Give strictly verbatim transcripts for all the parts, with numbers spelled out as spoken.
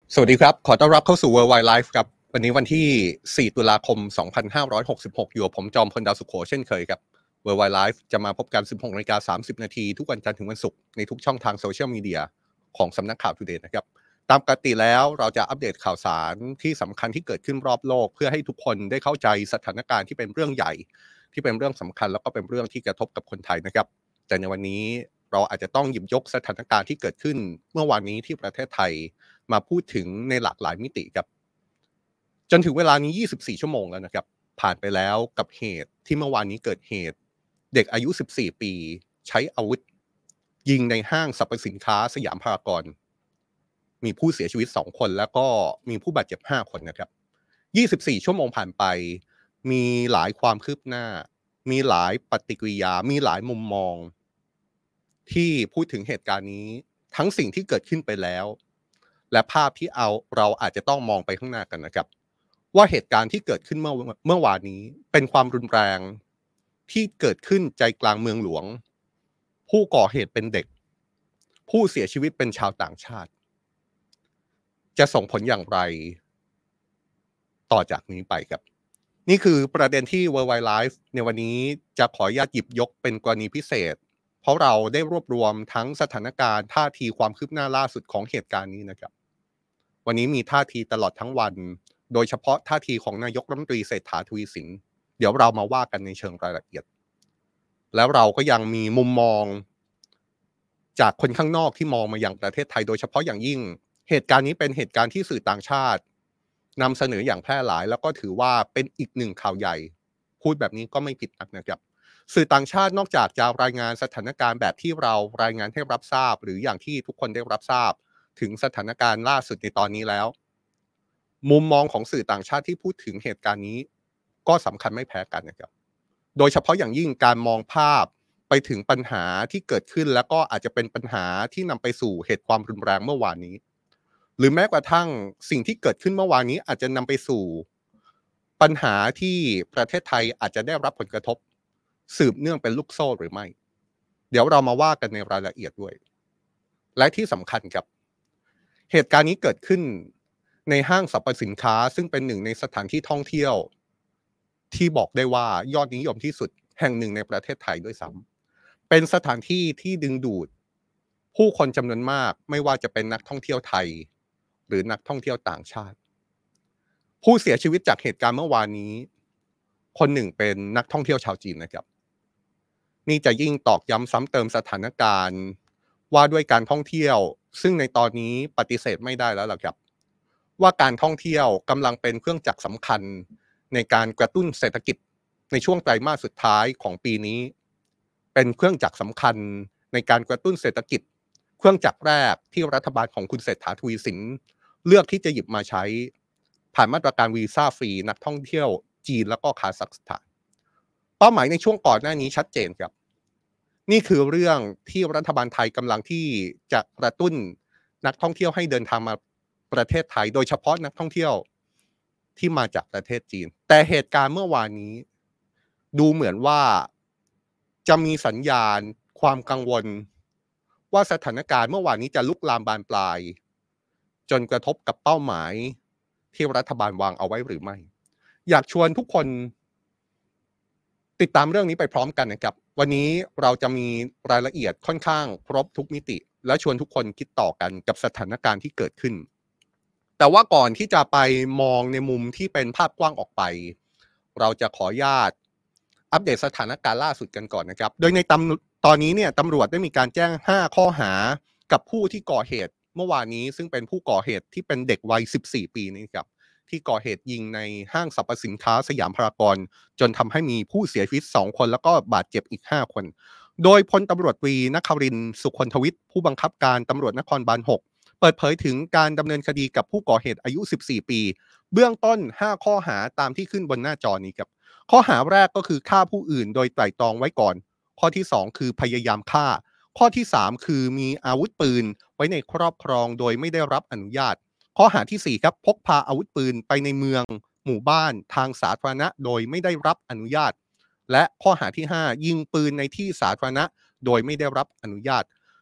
สวัสดีครับขอต้อนรับเข้าสู่ Worldwide Life ครับวันนี้วันที่สี่ตุลาคมสองพันห้าร้อยหกสิบหกอยู่กับผมจอมพลดาวสุโขเช่นเคยครับ Worldwide Life จะมาพบกันสิบหกนาฬิกาสามสิบนาทีทุกวันจันทร์ถึงวันศุกร์ในทุกช่องทางโซเชียลมีเดียของสำนักข่าว Today นะครับตามปกติแล้วเราจะอัปเดตข่าวสารที่สำคัญที่เกิดขึ้นรอบโลกเพื่อให้ทุกคนได้เข้าใจสถานการณ์ที่เป็นเรื่องใหญ่ที่เป็นเรื่องสำคัญแล้วก็เป็นเรื่องที่กระทบกับคนไทยนะครับแต่ในวันนี้เราอาจจะต้องหยิบยกสถานการณ์ที่เกิดขึ้นเมื่อวานนี้ที่ประเทศไทย มาพูดถึงในหลากหลายมิติครับจนถึงเวลานี้ยี่สิบสี่ชั่วโมงแล้วนะครับผ่านไปแล้วกับเหตุที่เมื่อวานนี้เกิดเหตุเด็กอายุสิบสี่ปีใช้อาวุธยิงในห้างสรรพสินค้าสยามพารากอนมีผู้เสียชีวิตสองคนแล้วก็มีผู้บาดเจ็บห้าคนนะครับยี่สิบสี่ชั่วโมงผ่านไปมีหลายความคืบหน้ามีหลายปฏิกิริยามีหลายมุมมองที่พูดถึงเหตุการณ์นี้ทั้งสิ่งที่เกิดขึ้นไปแล้ว และภาพที่เอาเราอาจจะต้องมองไปข้างหน้ากันนะครับว่าเหตุการณ์ที่เกิดขึ้นเมื่อเมื่อวานนี้เป็นความรุนแรงที่เกิดขึ้นใจกลางเมืองหลวงผู้ก่อเหตุเป็นเด็กผู้เสียชีวิตเป็นชาวต่างชาติจะส่งผลอย่างไรต่อจากนี้ไปครับนี่คือประเด็นที่ Worldwide Life ในวันนี้จะขออนุญาตหยิบยกเป็นกรณีพิเศษเพราะเราได้รวบรวมทั้งสถานการณ์ท่าทีความคืบหน้าล่าสุดของเหตุการณ์นี้นะครับ วันนี้มีท่าทีตลอดทั้งวัน โดยเฉพาะท่าทีของนายกรัฐมนตรีเศรษฐาทวีสินเดี๋ยวเรามาว่ากันในเชิงรายละเอียด แล้วเราก็ยังมีมุมมองจากคนข้างนอกที่มองมาอย่างประเทศไทยโดยเฉพาะอย่างยิ่งเหตุการณ์นี้เป็นเหตุการณ์ที่สื่อต่างชาตินำเสนออย่างแพร่หลายแล้วก็ถือว่าเป็นอีกหนึ่งข่าวใหญ่พูดแบบนี้ก็ไม่ผิดนักนะครับสื่อต่างชาตินอกจากจะรายงานสถานการณ์แบบที่เรารายงานให้รับทราบหรืออย่างที่ทุกคนได้รับทราบถึงสถานการณ์ล่าสุดในตอนนี้แล้วมุมมองของสื่อต่างชาติที่พูดถึงเหตุการณ์นี้ก็สำคัญไม่แพ้กันนะครับ โดยเฉพาะอย่างยิ่งการมองภาพไปถึงปัญหาที่เกิดขึ้นแล้วก็อาจจะเป็นปัญหาที่นำไปสู่เหตุความรุนแรงเมื่อวานนี้หรือแม้กระทั่งสิ่งที่เกิดขึ้นเมื่อวานนี้อาจจะนำไปสู่ปัญหาที่ประเทศไทยอาจจะได้รับผลกระทบสืบเนื่องเป็นลูกโซ่หรือไม่เดี๋ยวเรามาว่ากันในรายละเอียดด้วยและที่สำคัญครับเหตุการณ์นี้เกิดขึ้นในห้างสรรพสินค้าซึ่งเป็นหนึ่งในสถานที่ท่องเที่ยว ที่บอกได้ว่ายอดนิยมที่สุดแห่งหนึ่งในประเทศไทยด้วยซ้ำเป็นสถานที่ที่ดึงดูดผู้คนจำนวนมากไม่ว่าจะเป็นนักท่องเที่ยวไทยหรือนักท่องเที่ยวต่างชาติผู้เสียชีวิตจากเหตุการณ์เมื่อวานนี้คนหนึ่งเป็นนักท่องเที่ยวชาวจีนนะครับนี่จะยิ่งตอกย้ำซ้ำเติมสถานการณ์ว่าด้วยการท่องเที่ยวซึ่งในตอนนี้ปฏิเสธไม่ได้แล้วล่ะครับว่าการท่องเที่ยวกำลังเป็นเครื่องจักรสำคัญ ในการกระตุ้นเศรษฐกิจในช่วงไตรมาสสุดท้ายของปีนี้เป็นเครื่องจักรสำคัญในการกระตุ้นเศรษฐกิจเครื่องจักรแรกที่รัฐบาลของคุณเศรษฐาทวีสินเลือกที่จะหยิบมาใช้ผ่านมาตรการวีซ่าฟรีนักท่องเที่ยวจีนแล้วก็คาซัคสถานเป้าหมายในช่วงก่อนหน้านี้ชัดเจนครับนี่คือเรื่องที่รัฐบาลไทยกำลังที่จะกระตุ้นนักท่องเที่ยวให้เดินทางมาประเทศไทยโดยเฉพาะนักท่องเที่ยว ที่มาจากประเทศจีนแต่เหตุการณ์เมื่อวานนี้ดูเหมือนว่าจะมีสัญญาณความกังวลว่าสถานการณ์เมื่อวานนี้จะลุกลามบานปลายจนกระทบกับเป้าหมายที่รัฐบาลวางเอาไว้หรือไม่อยากชวนทุกคนติดตามเรื่องนี้ไปพร้อมกันนะครับวันนี้เราจะมีรายละเอียดค่อนข้างครบทุกมิติและชวนทุกคนคิดต่อกันกับสถานการณ์ที่เกิดขึ้น แต่ว่าก่อนที่จะไปมองในมุมที่เป็นภาพกว้างออกไป เราจะขออนุญาตอัปเดตสถานการณ์ล่าสุดกันก่อนนะครับ โดยในตำตอนนี้เนี่ยตำรวจได้มีการแจ้งห้าข้อหากับผู้ที่ก่อเหตุเมื่อวานนี้ซึ่งเป็นผู้ก่อเหตุที่เป็นเด็กวัยสิบสี่ปีนี้ครับที่ก่อเหตุยิงในห้างสรรพสินค้าสยามพารากอนจนทำให้มีผู้เสียชีวิตสองคนแล้วก็บาดเจ็บอีกห้าคน โดยพลตำรวจตรีนครินทร์สุคนทวิทย์ผู้บังคับการตำรวจนครบาลหก เปิดเผยถึงการดำเนินคดีกับผู้ก่อเหตุอายุ สิบสี่ ปี เบื้องต้น ห้า ข้อหาตามที่ขึ้นบนหน้าจอนี้ครับ ข้อหาแรกก็คือฆ่าผู้อื่นโดยไตร่ตรองไว้ก่อน ข้อที่ สอง คือพยายามฆ่า ข้อที่ สาม คือมีอาวุธปืนไว้ในครอบครองโดยไม่ได้รับอนุญาต ข้อหาที่ สี่ ครับพกพาอาวุธปืนไปในเมืองหมู่บ้านทางสาธารณะโดยไม่ได้รับอนุญาต และข้อหาที่ ห้า ยิงปืนในที่สาธารณะโดยไม่ได้รับอนุญาต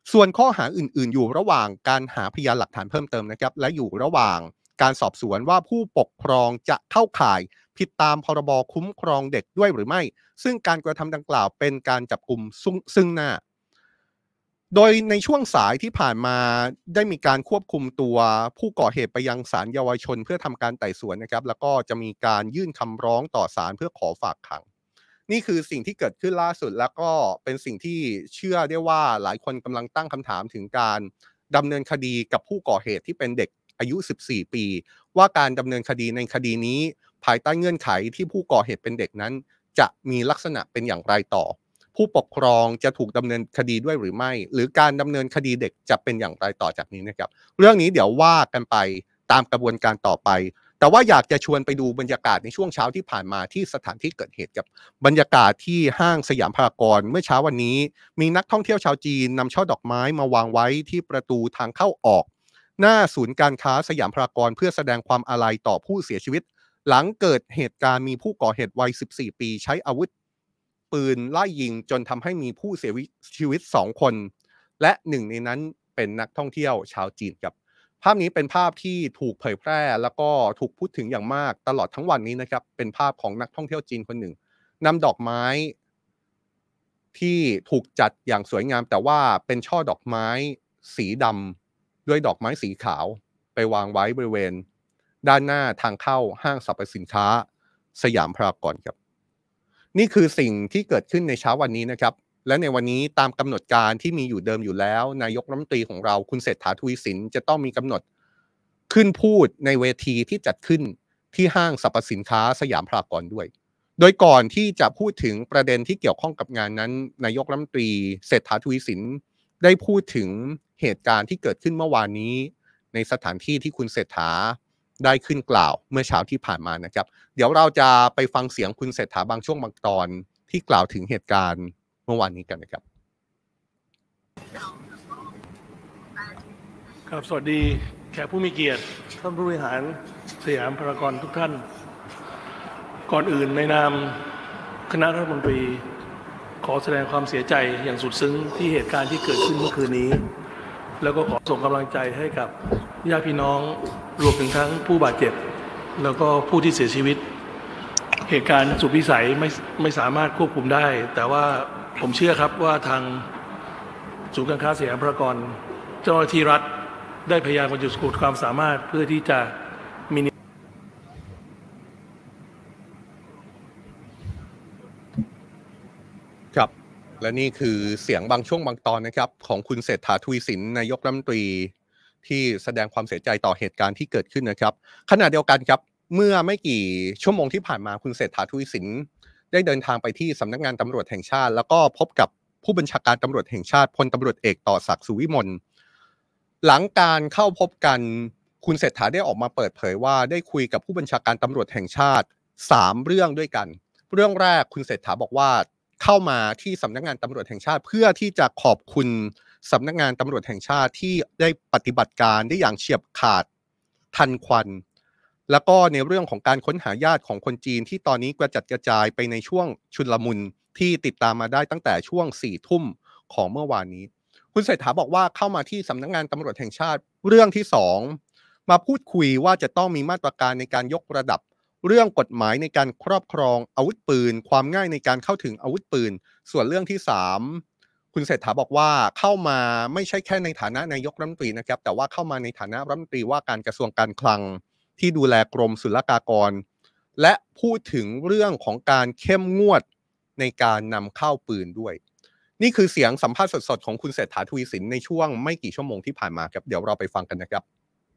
ส่วนข้อหาอื่นๆอยู่ระหว่างการหาพยานหลักฐานเพิ่มเติมนะครับและอยู่ระหว่างการสอบสวนว่าผู้ปกครองจะเข้าข่ายผิดตามพรบคุ้มครองเด็กด้วยหรือไม่ซึ่งการกระทำดังกล่าวเป็นการจับกุมซึ่งหน้าโดยในช่วงสายที่ผ่านมาได้มีการควบคุมตัวผู้ก่อเหตุไปยังศาลเยาวชนเพื่อทำการไต่สวนนะครับแล้วก็จะมีการยื่นคำร้องต่อศาลเพื่อขอฝากขังนี่คือสิ่งที่เกิดขึ้นล่าสุดแล้วก็เป็นสิ่งที่เชื่อได้ว่าหลายคนกำลังตั้งคำถามถึงการดำเนินคดีกับผู้ก่อเหตุที่เป็นเด็กอายุสิบสี่ปีว่าการดำเนินคดีในคดีนี้ภายใต้เงื่อนไขที่ผู้ก่อเหตุเป็นเด็กนั้นจะมีลักษณะเป็นอย่างไรต่อผู้ปกครองจะถูกดำเนินคดีด้วยหรือไม่หรือการดำเนินคดีเด็กจะเป็นอย่างไรต่อจากนี้นะครับเรื่องนี้เดี๋ยวว่ากันไปตามกระบวนการต่อไปแต่ว่าอยากจะชวนไปดูบรรยากาศในช่วงเช้าที่ผ่านมาที่สถานที่เกิดเหตุกับบรรยากาศที่ห้างสยามพารากอนเมื่อเช้าวันนี้มีนักท่องเที่ยวชาวจีนนำช่อดอกไม้มาวางไว้ที่ประตูทางเข้าออกหน้าศูนย์การค้าสยามพารากอนเพื่อแสดงความอาลัยต่อผู้เสียชีวิตหลังเกิดเหตุการณ์มีผู้ก่อเหตุวัยสิบสี่ปีใช้อาวุธปืนไล่ยิงจนทำให้มีผู้เสียชีวิตสองคนและหนึ่งในนั้นเป็นนักท่องเที่ยวชาวจีนครับภาพนี้เป็นภาพที่ถูกเผยแพร่แล้วก็ถูกพูดถึงอย่างมากตลอดทั้งวันนี้นะครับเป็นภาพของนักท่องเที่ยวจีนคนหนึ่งนำดอกไม้ที่ถูกจัดอย่างสวยงามแต่ว่าเป็นช่อดอกไม้สีดำด้วยดอกไม้สีขาวไปวางไว้บริเวณด้านหน้าทางเข้าห้างสรรพสินค้าสยามพารากอนครับนี่คือสิ่งที่เกิดขึ้นในเช้าวันนี้นะครับและในวันนี้ตามกำหนดการที่มีอยู่เดิมอยู่แล้วนายกรัฐมนตรีของเราคุณเศรษฐาทวีสินจะต้องมีกำหนดขึ้นพูดในเวทีที่จัดขึ้นที่ห้างสรรพสินค้าสยามพารากอนด้วยโดยก่อนที่จะพูดถึงประเด็นที่เกี่ยวข้องกับงานนั้นนายกรัฐมนตรีเศรษฐาทวีสินได้พูดถึงเหตุการณ์ที่เกิดขึ้นเมื่อวานนี้ในสถานที่ที่คุณเศรษฐาได้ขึ้นกล่าวเมื่อเช้าที่ผ่านมานะครับเดี๋ยวเราจะไปฟังเสียงคุณเศรษฐาบางช่วงบางตอนที่กล่าวถึงเหตุการณ์เมื่อวานนี้กันนะครับครับสวัสดีแขกผู้มีเกียรติท่านผู้บริหารสยามพารากอนทุกท่านก่อนอื่นในนามคณะรัฐมนตรีขอแสดงความเสียใจอย่างสุดซึ้งที่เหตุการณ์ที่เกิดขึ้นเมื่อคืนนี้แล้วก็ขอส่งกำลังใจให้กับญาติพี่น้องรวมถึงทั้งผู้บาดเจ็บแล้วก็ผู้ที่เสียชีวิตเหตุการณ์สุดวิสัยไม่ไม่สามารถควบคุมได้แต่ว่าผมเชื่อครับว่าทางศูนย์การค้าสยามพารากอนเจ้าหน้าที่รัฐได้พยายามบรรจุสุดความสามารถเพื่อที่จะมีครับและนี่คือเสียงบางช่วงบางตอนนะครับของคุณเศรษฐาทวีสินนายกรัฐมนตรีที่แสดงความเสียใจต่อเหตุการณ์ที่เกิดขึ้นนะครับขณะเดียวกันครับเมื่อไม่กี่ชั่วโมงที่ผ่านมาคุณเศรษฐาทวีสินได้เดินทางไปที่สำนักงานตำรวจแห่งชาติแล้วก็พบกับผู้บัญชาการตำรวจแห่งชาติพลตำรวจเอกต่อศักดิ์สุวิมลหลังการเข้าพบกันคุณเศรษฐาได้ออกมาเปิดเผยว่าได้คุยกับผู้บัญชาการตำรวจแห่งชาติสามเรื่องด้วยกันเรื่องแรกคุณเศรษฐาบอกว่าเข้ามาที่สำนักงานตำรวจแห่งชาติเพื่อที่จะขอบคุณสำนักงานตำรวจแห่งชาติที่ได้ปฏิบัติการได้อย่างเฉียบขาดทันควันแล้วก็ในเรื่องของการค้นหาญาติของคนจีนที่ตอนนี้กระจัดกระจายไปในช่วงชุลมุนที่ติดตามมาได้ตั้งแต่ช่วงสี่ทุ่มของเมื่อวานนี้คุณเศรษฐาบอกว่าเข้ามาที่สำนักงานตำรวจแห่งชาติเรื่องที่สองมาพูดคุยว่าจะต้องมีมาตรการในการยกระดับเรื่องกฎหมายในการครอบครองอาวุธปืนความง่ายในการเข้าถึงอาวุธปืนส่วนเรื่องที่สามคุณเศรษฐาบอกว่าเข้ามาไม่ใช่แค่ในฐานะนายกรัฐมนตรีนะครับแต่ว่าเข้ามาในฐานะรัฐมนตรีว่าการกระทรวงการคลังที่ดูแลกรมศุลกากรและพูดถึงเรื่องของการเข้มงวดในการนำเข้าปืนด้วยนี่คือเสียงสัมภาษณ์สดๆของคุณเศรษฐาทวีสินในช่วงไม่กี่ชั่วโมงที่ผ่านมาครับเดี๋ยวเราไปฟังกันนะครับ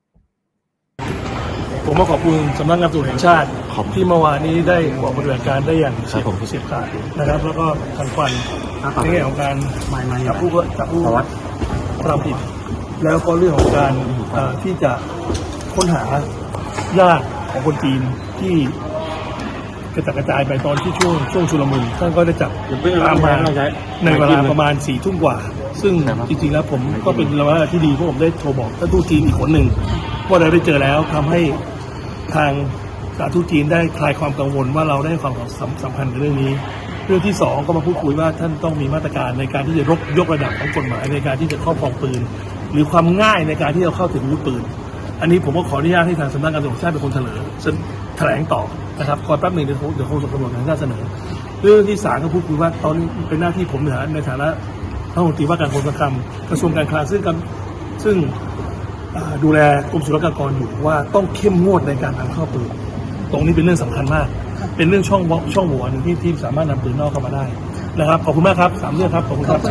ผมมาขอบคุณสำนักงานตำรวจแห่งชาติที่เมื่อวานนี้ได้ออกปฏิบัติการได้อย่างเฉียบขาดนะครับแล้วก็ทันควันในแง่ของการจับผู้จับผู้กระทำผิดแล้วก็เรื่องของการที่จะค้นหาญาติของคนจีนที่กระจัดกระจายไปตอนที่ช่วงช่วงชุลมุนท่านก็ได้จับตามมาในเวลาประมาณสี่ทุ่มกว่าซึ่งจริงๆแล้วผมก็เป็นระยะที่ดีเพราะผมได้โทรบอกท่านทูตจีนอีกคนหนึ่งว่าเราได้เจอแล้วทำให้ทางสาธารณทูตจีนได้คลายความกังวลว่าเราได้ความสำคัญกับเรื่องนี้เรื่องที่สองก็มาพูดคุยว่าท่านต้องมีมาตรการในการที่จะยกยกระดับของกฎหมายในการที่จะครอบครองปืนหรือความง่ายในการที่เราเข้าถึงอาวุธปืนอันนี้ผมก็ขออนุญาตให้ทางสำนักงานตำรวจแห่งชาติเป็นคนเถลอแถลงต่อนะครับคอยแป๊บหนึ่งเดี๋ยวเดี๋ยวคงส่งตำรวจแห่งชาติเสนอเรื่องที่สามก็พูดคุยว่าตอนนี้เป็นหน้าที่ผมในฐานะรัฐมนตรีว่าการกระทรวงการคลังกระทรวงการคลังซึ่งซึ่งดูแลกรมศุลกากรอยู่ว่าต้องเข้มงวดในการนำเข้าปืนตรงนี้เป็นเรื่องสำคัญมากเป็นเรื่องช่องช่องโหว่หนึ่งที่ที่สามารถนำปืนนอกเข้ามาได้นะครับขอบคุณมากครับสามเรื่องครับขอบคุณครับ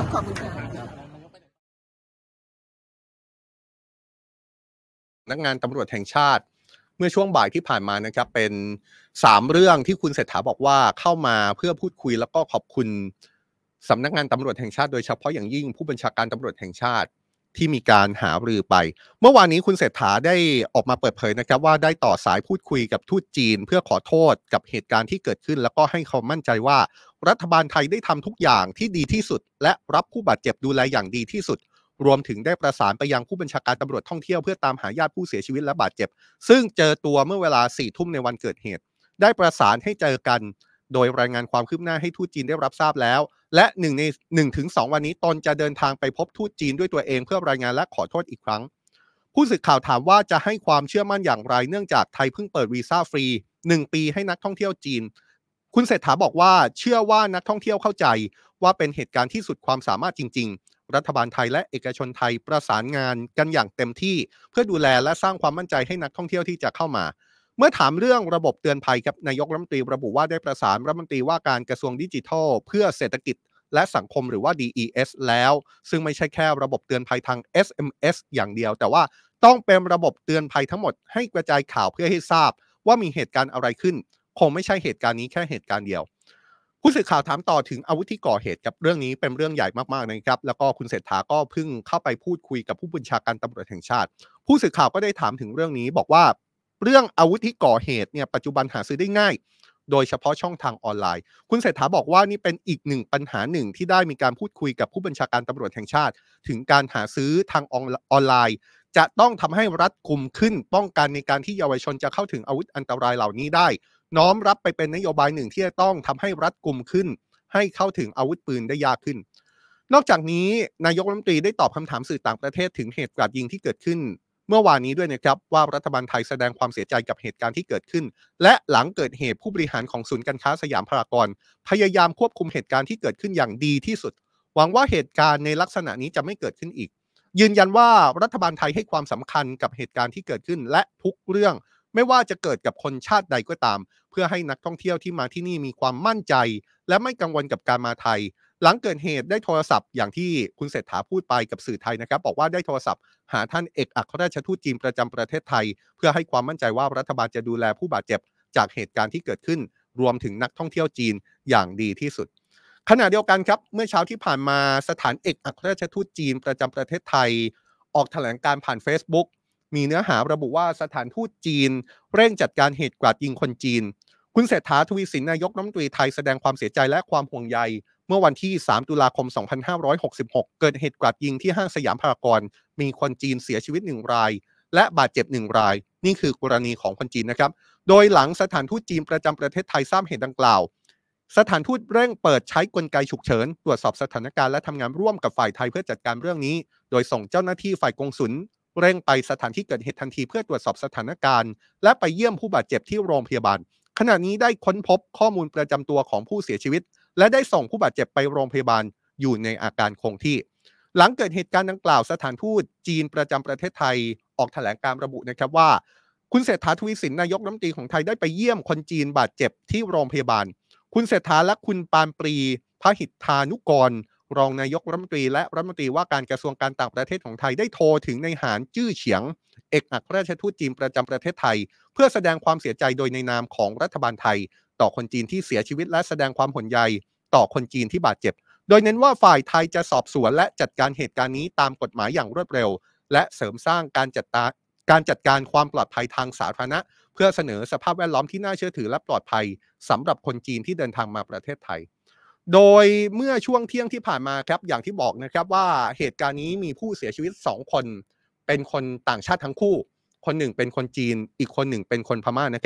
นักงานตำรวจแห่งชาติเมื่อช่วงบ่ายที่ผ่านมานะครับเป็นสามเรื่องที่คุณเศรษฐาบอกว่าเข้ามาเพื่อพูดคุยแล้วก็ขอบคุณสำนักงานตำรวจแห่งชาติโดยเฉพาะอย่างยิ่งผู้บัญชาการตำรวจแห่งชาติที่มีการหารือไปเมื่อวานนี้คุณเศรษฐาได้ออกมาเปิดเผยนะครับว่าได้ต่อสายพูดคุยกับทูตจีนเพื่อขอโทษกับเหตุการณ์ที่เกิดขึ้นแล้วก็ให้เขามั่นใจว่ารัฐบาลไทยได้ทำทุกอย่างที่ดีที่สุดและรับผู้บาดเจ็บดูแลอย่างดีที่สุดรวมถึงได้ประสานไปยังผู้บัญชาการตำรวจท่องเที่ยวเพื่อตามหาญาติผู้เสียชีวิตและบาดเจ็บซึ่งเจอตัวเมื่อเวลาสี่ทุ่มในวันเกิดเหตุได้ประสานให้เจอกันโดยรายงานความคืบหน้าให้ทูตจีนได้รับทราบแล้วและหนึ่งในหนึ่งถึงสองวันนี้ตนจะเดินทางไปพบทูตจีนด้วยตัวเองเพื่อรายงานและขอโทษอีกครั้งผู้สื่อข่าวถามว่าจะให้ความเชื่อมั่นอย่างไรเนื่องจากไทยเพิ่งเปิดวีซ่าฟรีหนึ่งปีให้นักท่องเที่ยวจีนคุณเศรษฐาบอกว่าเชื่อว่านักท่องเที่ยวเข้าใจว่าเป็นเหตุการณ์ที่สุดความสามารถจริงๆรัฐบาลไทยและเอกชนไทยประสานงานกันอย่างเต็มที่เพื่อดูแลและสร้างความมั่นใจให้นักท่องเที่ยวที่จะเข้ามาเมื่อถามเรื่องระบบเตือนภัยครับนายกรัฐมนตรีระบุว่าได้ประสานรัฐมนตรีว่าการกระทรวงดิจิทัลเพื่อเศรษฐกิจและสังคมหรือว่า ดี อี เอส แล้วซึ่งไม่ใช่แค่ระบบเตือนภัยทาง เอส เอ็ม เอส อย่างเดียวแต่ว่าต้องเป็นระบบเตือนภัยทั้งหมดให้กระจายข่าวเพื่อให้ทราบว่ามีเหตุการณ์อะไรขึ้นคงไม่ใช่เหตุการณ์นี้แค่เหตุการณ์เดียวผู้สื่อข่าวถามต่อถึงอาวุธที่ก่อเหตุกับเรื่องนี้เป็นเรื่องใหญ่มากๆนะครับแล้วก็คุณเศรษฐาก็เพิ่งเข้าไปพูดคุยกับผู้บัญชาการตำรวจแห่งชาติผู้สื่อข่าวก็ได้ถามถึงเรื่องนี้บอกว่าเรื่องอาวุธที่ก่อเหตุเนี่ยปัจจุบันหาซื้อได้ง่ายโดยเฉพาะช่องทางออนไลน์คุณเศรษฐาบอกว่านี่เป็นอีกหนึ่งปัญหาหนึ่งที่ได้มีการพูดคุยกับผู้บัญชาการตำรวจแห่งชาติถึงการหาซื้อทางออนไลน์จะต้องทำให้รัฐกุมขึ้นป้องกันในการที่เยาวชนจะเข้าถึงอาวุธอันตรายเหล่านี้ได้น้อมรับไปเป็นนโยบายหนึ่งที่จะต้องทำให้รัฐกุมขึ้นให้เข้าถึงอาวุธปืนได้ยากขึ้นนอกจากนี้นายกรัฐมนตรีได้ตอบคำถามสื่อต่างประเทศถึงเหตุกราดยิงที่เกิดขึ้นเมื่อวานนี้ด้วยนะครับว่ารัฐบาลไทยแสดงความเสียใจกับเหตุการณ์ที่เกิดขึ้นและหลังเกิดเหตุผู้บริหารของศูนย์การค้าสยามพารากอนพยายามควบคุมเหตุการณ์ที่เกิดขึ้นอย่างดีที่สุดหวังว่าเหตุการณ์ในลักษณะนี้จะไม่เกิดขึ้นอีกยืนยันว่ารัฐบาลไทยให้ความสำคัญกับเหตุการณ์ที่เกิดขึ้นและทุกเรื่องไม่ว่าจะเกิดกับคนชาติใดก็ตามเพื่อให้นักท่องเที่ยวที่มาที่นี่มีความมั่นใจและไม่กังวลกับการมาไทยหลังเกิดเหตุได้โทรศัพท์อย่างที่คุณเศรษฐาพูดไปกับสื่อไทยนะครับบอกว่าได้โทรศัพท์หาท่านเอกอัครราชทูตจีนประจำประเทศไทยเพื่อให้ความมั่นใจว่ารัฐบาลจะดูแลผู้บาดเจ็บจากเหตุการณ์ที่เกิดขึ้นรวมถึงนักท่องเที่ยวจีนอย่างดีที่สุดขณะเดียวกันครับเมื่อเช้าที่ผ่านมาสถานเอกอัครราชทูตจีนประจำประเทศไทยออกแถลงการผ่าน Facebook มีเนื้อหาระบุว่าสถานทูตจีนเร่งจัดการเหตุกราดยิงคนจีนคุณเศรษฐาทวีสินนายกรัฐมนตรีไทยแสดงความเสียใจและความห่วงใยเมื่อวันที่สามตุลาคมสองพันห้าร้อยหกสิบหกเกิดเหตุกราดยิงที่ห้างสยามพารากอนมีคนจีนเสียชีวิตหนึ่งรายและบาดเจ็บหนึ่งรายนี่คือกรณีของคนจีนนะครับโดยหลังสถานทูตจีนประจำประเทศไทยทราบเหตุดังกล่าวสถานทูตเร่งเปิดใช้กลไกฉุกเฉินตรวจสอบสถานการณ์และทำงานร่วมกับฝ่ายไทยเพื่อจัดการเรื่องนี้โดยส่งเจ้าหน้าที่ฝ่ายกงสุลเร่งไปสถานที่เกิดเหตุทันทีเพื่อตรวจสอบสถานการณ์และไปเยี่ยมผู้บาดเจ็บที่โรงพยาบาลขณะนี้ได้ค้นพบข้อมูลประจำตัวของผู้เสียชีวิตและได้ส่งผู้บาดเจ็บไปโรงพยาบาลอยู่ในอาการคงที่หลังเกิดเหตุการณ์ดังกล่าวสถานทูตจีนประจำประเทศไทยออกแถลงการระบุนะครับว่าคุณเศรษฐาทวีสินนายกรัฐมนตรีของไทยได้ไปเยี่ยมคนจีนบาดเจ็บที่โรงพยาบาลคุณเศรษฐาและคุณปานปรีพหิทธานุกรรองนายกรัฐมนตรีและรัฐมนตรีว่าการกระทรวงการต่างประเทศของไทยได้โทรถึงนายหานจื้อเฉียงเอกอัครราชทูตจีนประจำประเทศไทยเพื่อแสดงความเสียใจโดยในนามของรัฐบาลไทยต่อคนจีนที่เสียชีวิตและแสดงความห่วงใยต่อคนจีนที่บาดเจ็บโดยเน้นว่าฝ่ายไทยจะสอบสวนและจัดการเหตุการณ์นี้ตามกฎหมายอย่างรวดเร็วและเสริมสร้างการจัดการการจัดการความปลอดภัยทางสาธารณะเพื่อเสนอสภาพแวดล้อมที่น่าเชื่อถือและปลอดภัยสำหรับคนจีนที่เดินทางมาประเทศไทยโดยเมื่อช่วงเที่ยงที่ผ่านมาครับอย่างที่บอกนะครับว่าเหตุการณ์นี้มีผู้เสียชีวิตสองคนเป็นคนต่างชาติทั้งคู่คนหนึ่งเป็นคนจีนอีกคนหนึ่งเป็นคนพม่านะครับ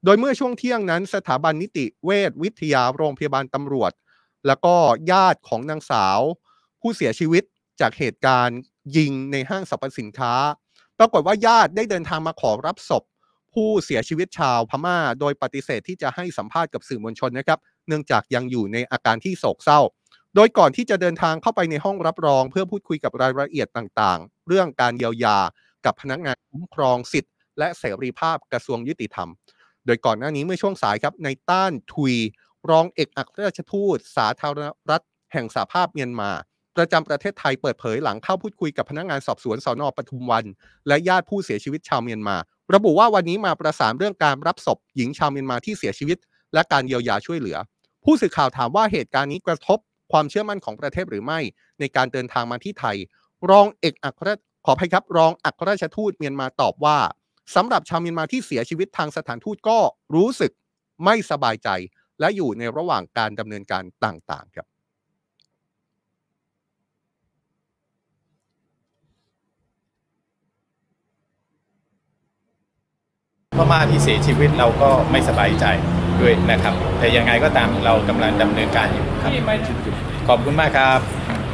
โดยเมื่อช่วงเที่ยงนั้นสถาบันนิติเวชวิทยาโรงพยาบาลตำรวจแล้วก็ญาติของนางสาวผู้เสียชีวิตจากเหตุการณ์ยิงในห้างสรรพสินค้าปรากฏว่าญาติได้เดินทางมาขอรับศพผู้เสียชีวิตชาวพม่าโดยปฏิเสธที่จะให้สัมภาษณ์กับสื่อมวลชนนะครับเนื่องจากยังอยู่ในอาการที่โศกเศร้าโดยก่อนที่จะเดินทางเข้าไปในห้องรับรองเพื่อพูดคุยกับรายละเอียดต่างๆเรื่องการเยียวยากับพนักงานคุ้มครองสิทธิและเสรีภาพกระทรวงยุติธรรมโดยก่อนหน้านี้เมื่อช่วงสายครับในต้านทุยรองเอกอัครราชทูตสาธารณรัฐแห่งสหภาพเมียนมาประจำประเทศไทยเปิดเผยหลังเข้าพูดคุยกับพนักงานสอบสวนสนปทุมวันและญาติผู้เสียชีวิตชาวเมียนมาระบุว่าวันนี้มาประสานเรื่องการรับศพหญิงชาวเมียนมาที่เสียชีวิตและการเยียวยาช่วยเหลือผู้สื่อข่าวถามว่าเหตุการณ์นี้กระทบความเชื่อมั่นของประเทศหรือไม่ในการเดินทางมาที่ไทยรองเอกอัครขออภัยครับรองอัครราชทูตเมียนมาตอบว่าสำหรับชาวเมียนมาที่เสียชีวิตทางสถานทูตก็รู้สึกไม่สบายใจและอยู่ในระหว่างการดำเนินการต่างๆครับพม่าที่เสียชีวิตเราก็ไม่สบายใจด้วยนะครับแต่ยังไงก็ตามเรากำลังดำเนินการอยู่ครับขอบคุณมากครับ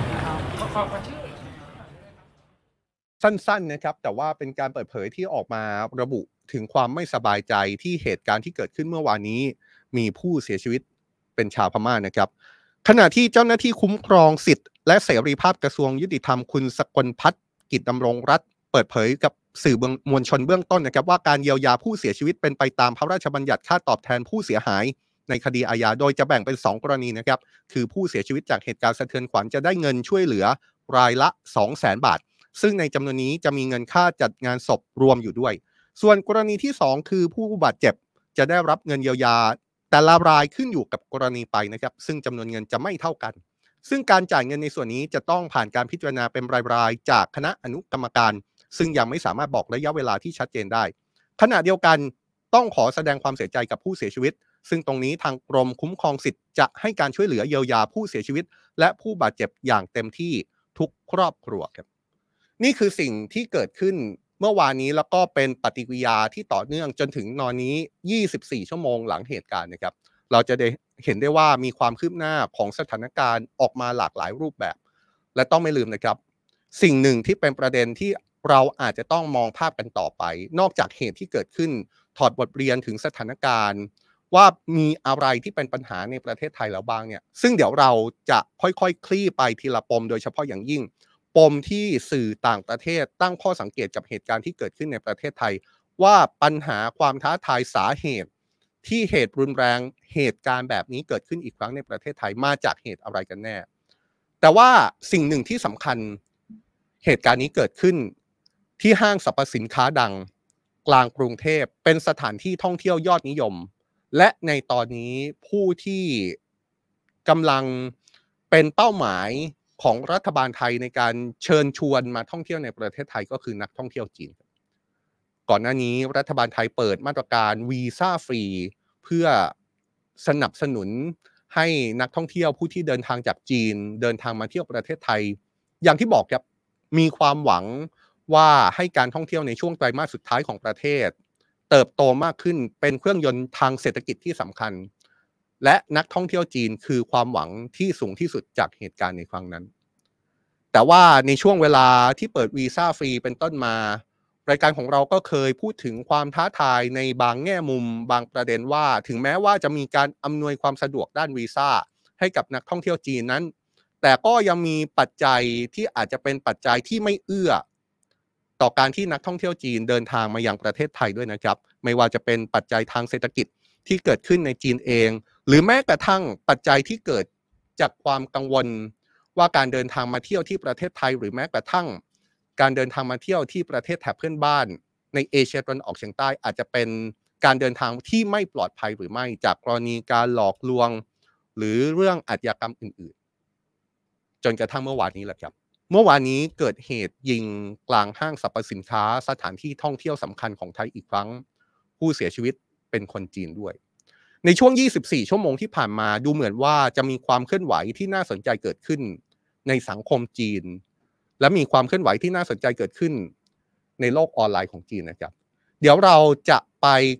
สั้นๆนะครับแต่ว่าเป็นการเปิดเผยที่ออกมาระบุถึงความไม่สบายใจที่เหตุการณ์ที่เกิดขึ้นเมื่อวานนี้มีผู้เสียชีวิตเป็นชาวพม่านะครับขณะที่เจ้าหน้าที่คุ้มครองสิทธิ์และเสรีภาพกระทรวงยุติธรรมคุณสกลพัฒน์กิจดำรงรัฐเปิดเผยกับสื่อมวลชนเบื้องต้นนะครับว่าการเยียวยาผู้เสียชีวิตเป็นไปตามพระราชบัญญัติค่าตอบแทนผู้เสียหายในคดีอาญาโดยจะแบ่งเป็นสองกรณีนะครับคือผู้เสียชีวิตจากเหตุการณ์สะเทือนขวัญจะได้เงินช่วยเหลือรายละ สองแสน บาทซึ่งในจำนวนนี้จะมีเงินค่าจัดงานศพรวมอยู่ด้วยส่วนกรณีที่สองคือผู้บาดเจ็บจะได้รับเงินเยียวยาแต่ละรายขึ้นอยู่กับกรณีไปนะครับซึ่งจำนวนเงินจะไม่เท่ากันซึ่งการจ่ายเงินในส่วนนี้จะต้องผ่านการพิจารณาเป็นรายๆจากคณะอนุกรรมการซึ่งยังไม่สามารถบอกระยะเวลาที่ชัดเจนได้ขณะเดียวกันต้องขอแสดงความเสียใจกับผู้เสียชีวิตซึ่งตรงนี้ทางกรมคุ้มครองสิทธิ์จะให้การช่วยเหลือเยียวยาผู้เสียชีวิตและผู้บาดเจ็บอย่างเต็มที่ทุกครอบครัวครับนี่คือสิ่งที่เกิดขึ้นเมื่อวานนี้แล้วก็เป็นปฏิกิริยาที่ต่อเนื่องจนถึงตอนนี้ยี่สิบสี่ชั่วโมงหลังเหตุการณ์นะครับเราจะได้เห็นได้ว่ามีความคืบหน้าของสถานการณ์ออกมาหลากหลายรูปแบบและต้องไม่ลืมนะครับสิ่งหนึ่งที่เป็นประเด็นที่เราอาจจะต้องมองภาพกันต่อไปนอกจากเหตุที่เกิดขึ้นถอดบทเรียนถึงสถานการณ์ว่ามีอะไรที่เป็นปัญหาในประเทศไทยแล้วบ้างเนี่ยซึ่งเดี๋ยวเราจะค่อยๆ ค, คลี่ไปทีละปมโดยเฉพาะอย่างยิ่งปมที่สื่อต่างประเทศตั้งข้อสังเกตกับเหตุการณ์ที่เกิดขึ้นในประเทศไทยว่าปัญหาความท้าทายสาเหตุที่เหตุรุนแรงเหตุการณ์แบบนี้เกิดขึ้นอีกครั้งในประเทศไทยมาจากเหตุอะไรกันแน่แต่ว่าสิ่งหนึ่งที่สำคัญเหตุการณ์นี้เกิดขึ้นที่ห้างสรรพสินค้าดังกลางกรุงเทพเป็นสถานที่ท่องเที่ยวยอดนิยมและในตอนนี้ผู้ที่กำลังเป็นเป้าหมายของรัฐบาลไทยในการเชิญชวนมาท่องเที่ยวในประเทศไทยก็คือนักท่องเที่ยวจีนก่อนหน้านี้รัฐบาลไทยเปิดมาตรการวีซ่าฟรีเพื่อสนับสนุนให้นักท่องเที่ยวผู้ที่เดินทางจากจีนเดินทางมาเที่ยวประเทศไทยอย่างที่บอกครับมีความหวังว่าให้การท่องเที่ยวในช่วงไตรมาสสุดท้ายของประเทศเติบโตมากขึ้นเป็นเครื่องยนต์ทางเศรษฐกิจที่สำคัญและนักท่องเที่ยวจีนคือความหวังที่สูงที่สุดจากเหตุการณ์ในครั้งนั้นแต่ว่าในช่วงเวลาที่เปิดวีซ่าฟรีเป็นต้นมารายการของเราก็เคยพูดถึงความท้าทายในบางแง่มุมบางประเด็นว่าถึงแม้ว่าจะมีการอำนวยความสะดวกด้านวีซ่าให้กับนักท่องเที่ยวจีนนั้นแต่ก็ยังมีปัจจัยที่อาจจะเป็นปัจจัยที่ไม่เอื้อต่อการที่นักท่องเที่ยวจีนเดินทางมายังประเทศไทยด้วยนะครับไม่ว่าจะเป็นปัจจัยทางเศรษฐกิจที่เกิดขึ้นในจีนเองหรือแม้กระทั่งปัจจัยที่เกิดจากความกังวลว่าการเดินทางมาเที่ยวที่ประเทศไทยหรือแม้กระทั่งการเดินทางมาเที่ยวที่ประเทศแถบเพื่อนบ้านในเอเชียตะวันออกเฉียงใต้อาจจะเป็นการเดินทางที่ไม่ปลอดภัยหรือไม่จากกรณีการหลอกลวงหรือเรื่องอาชญากรรมอื่นๆจนกระทั่งเมื่อวานนี้แหละครับเมื่อวานนี้เกิดเหตุยิงกลางห้างสรรพสินค้าสถานที่ท่องเที่ยวสำคัญของไทยอีกครั้งผู้เสียชีวิตเป็นคนจีนด้วยในช่วงยี่สิบสี่ชั่วโมงที่ผ่านมาดูเหมือนว่าจะมีความเคลื่อนไหวที่น่าสนใจเกิดขึ้นในสังคมจีนและมีความเคลื่อนไหวที่น่าสนใจเกิดขึ้นในโลกออนไลน์ของจีนนะครับเดี๋ยวเราจะไปเกาะ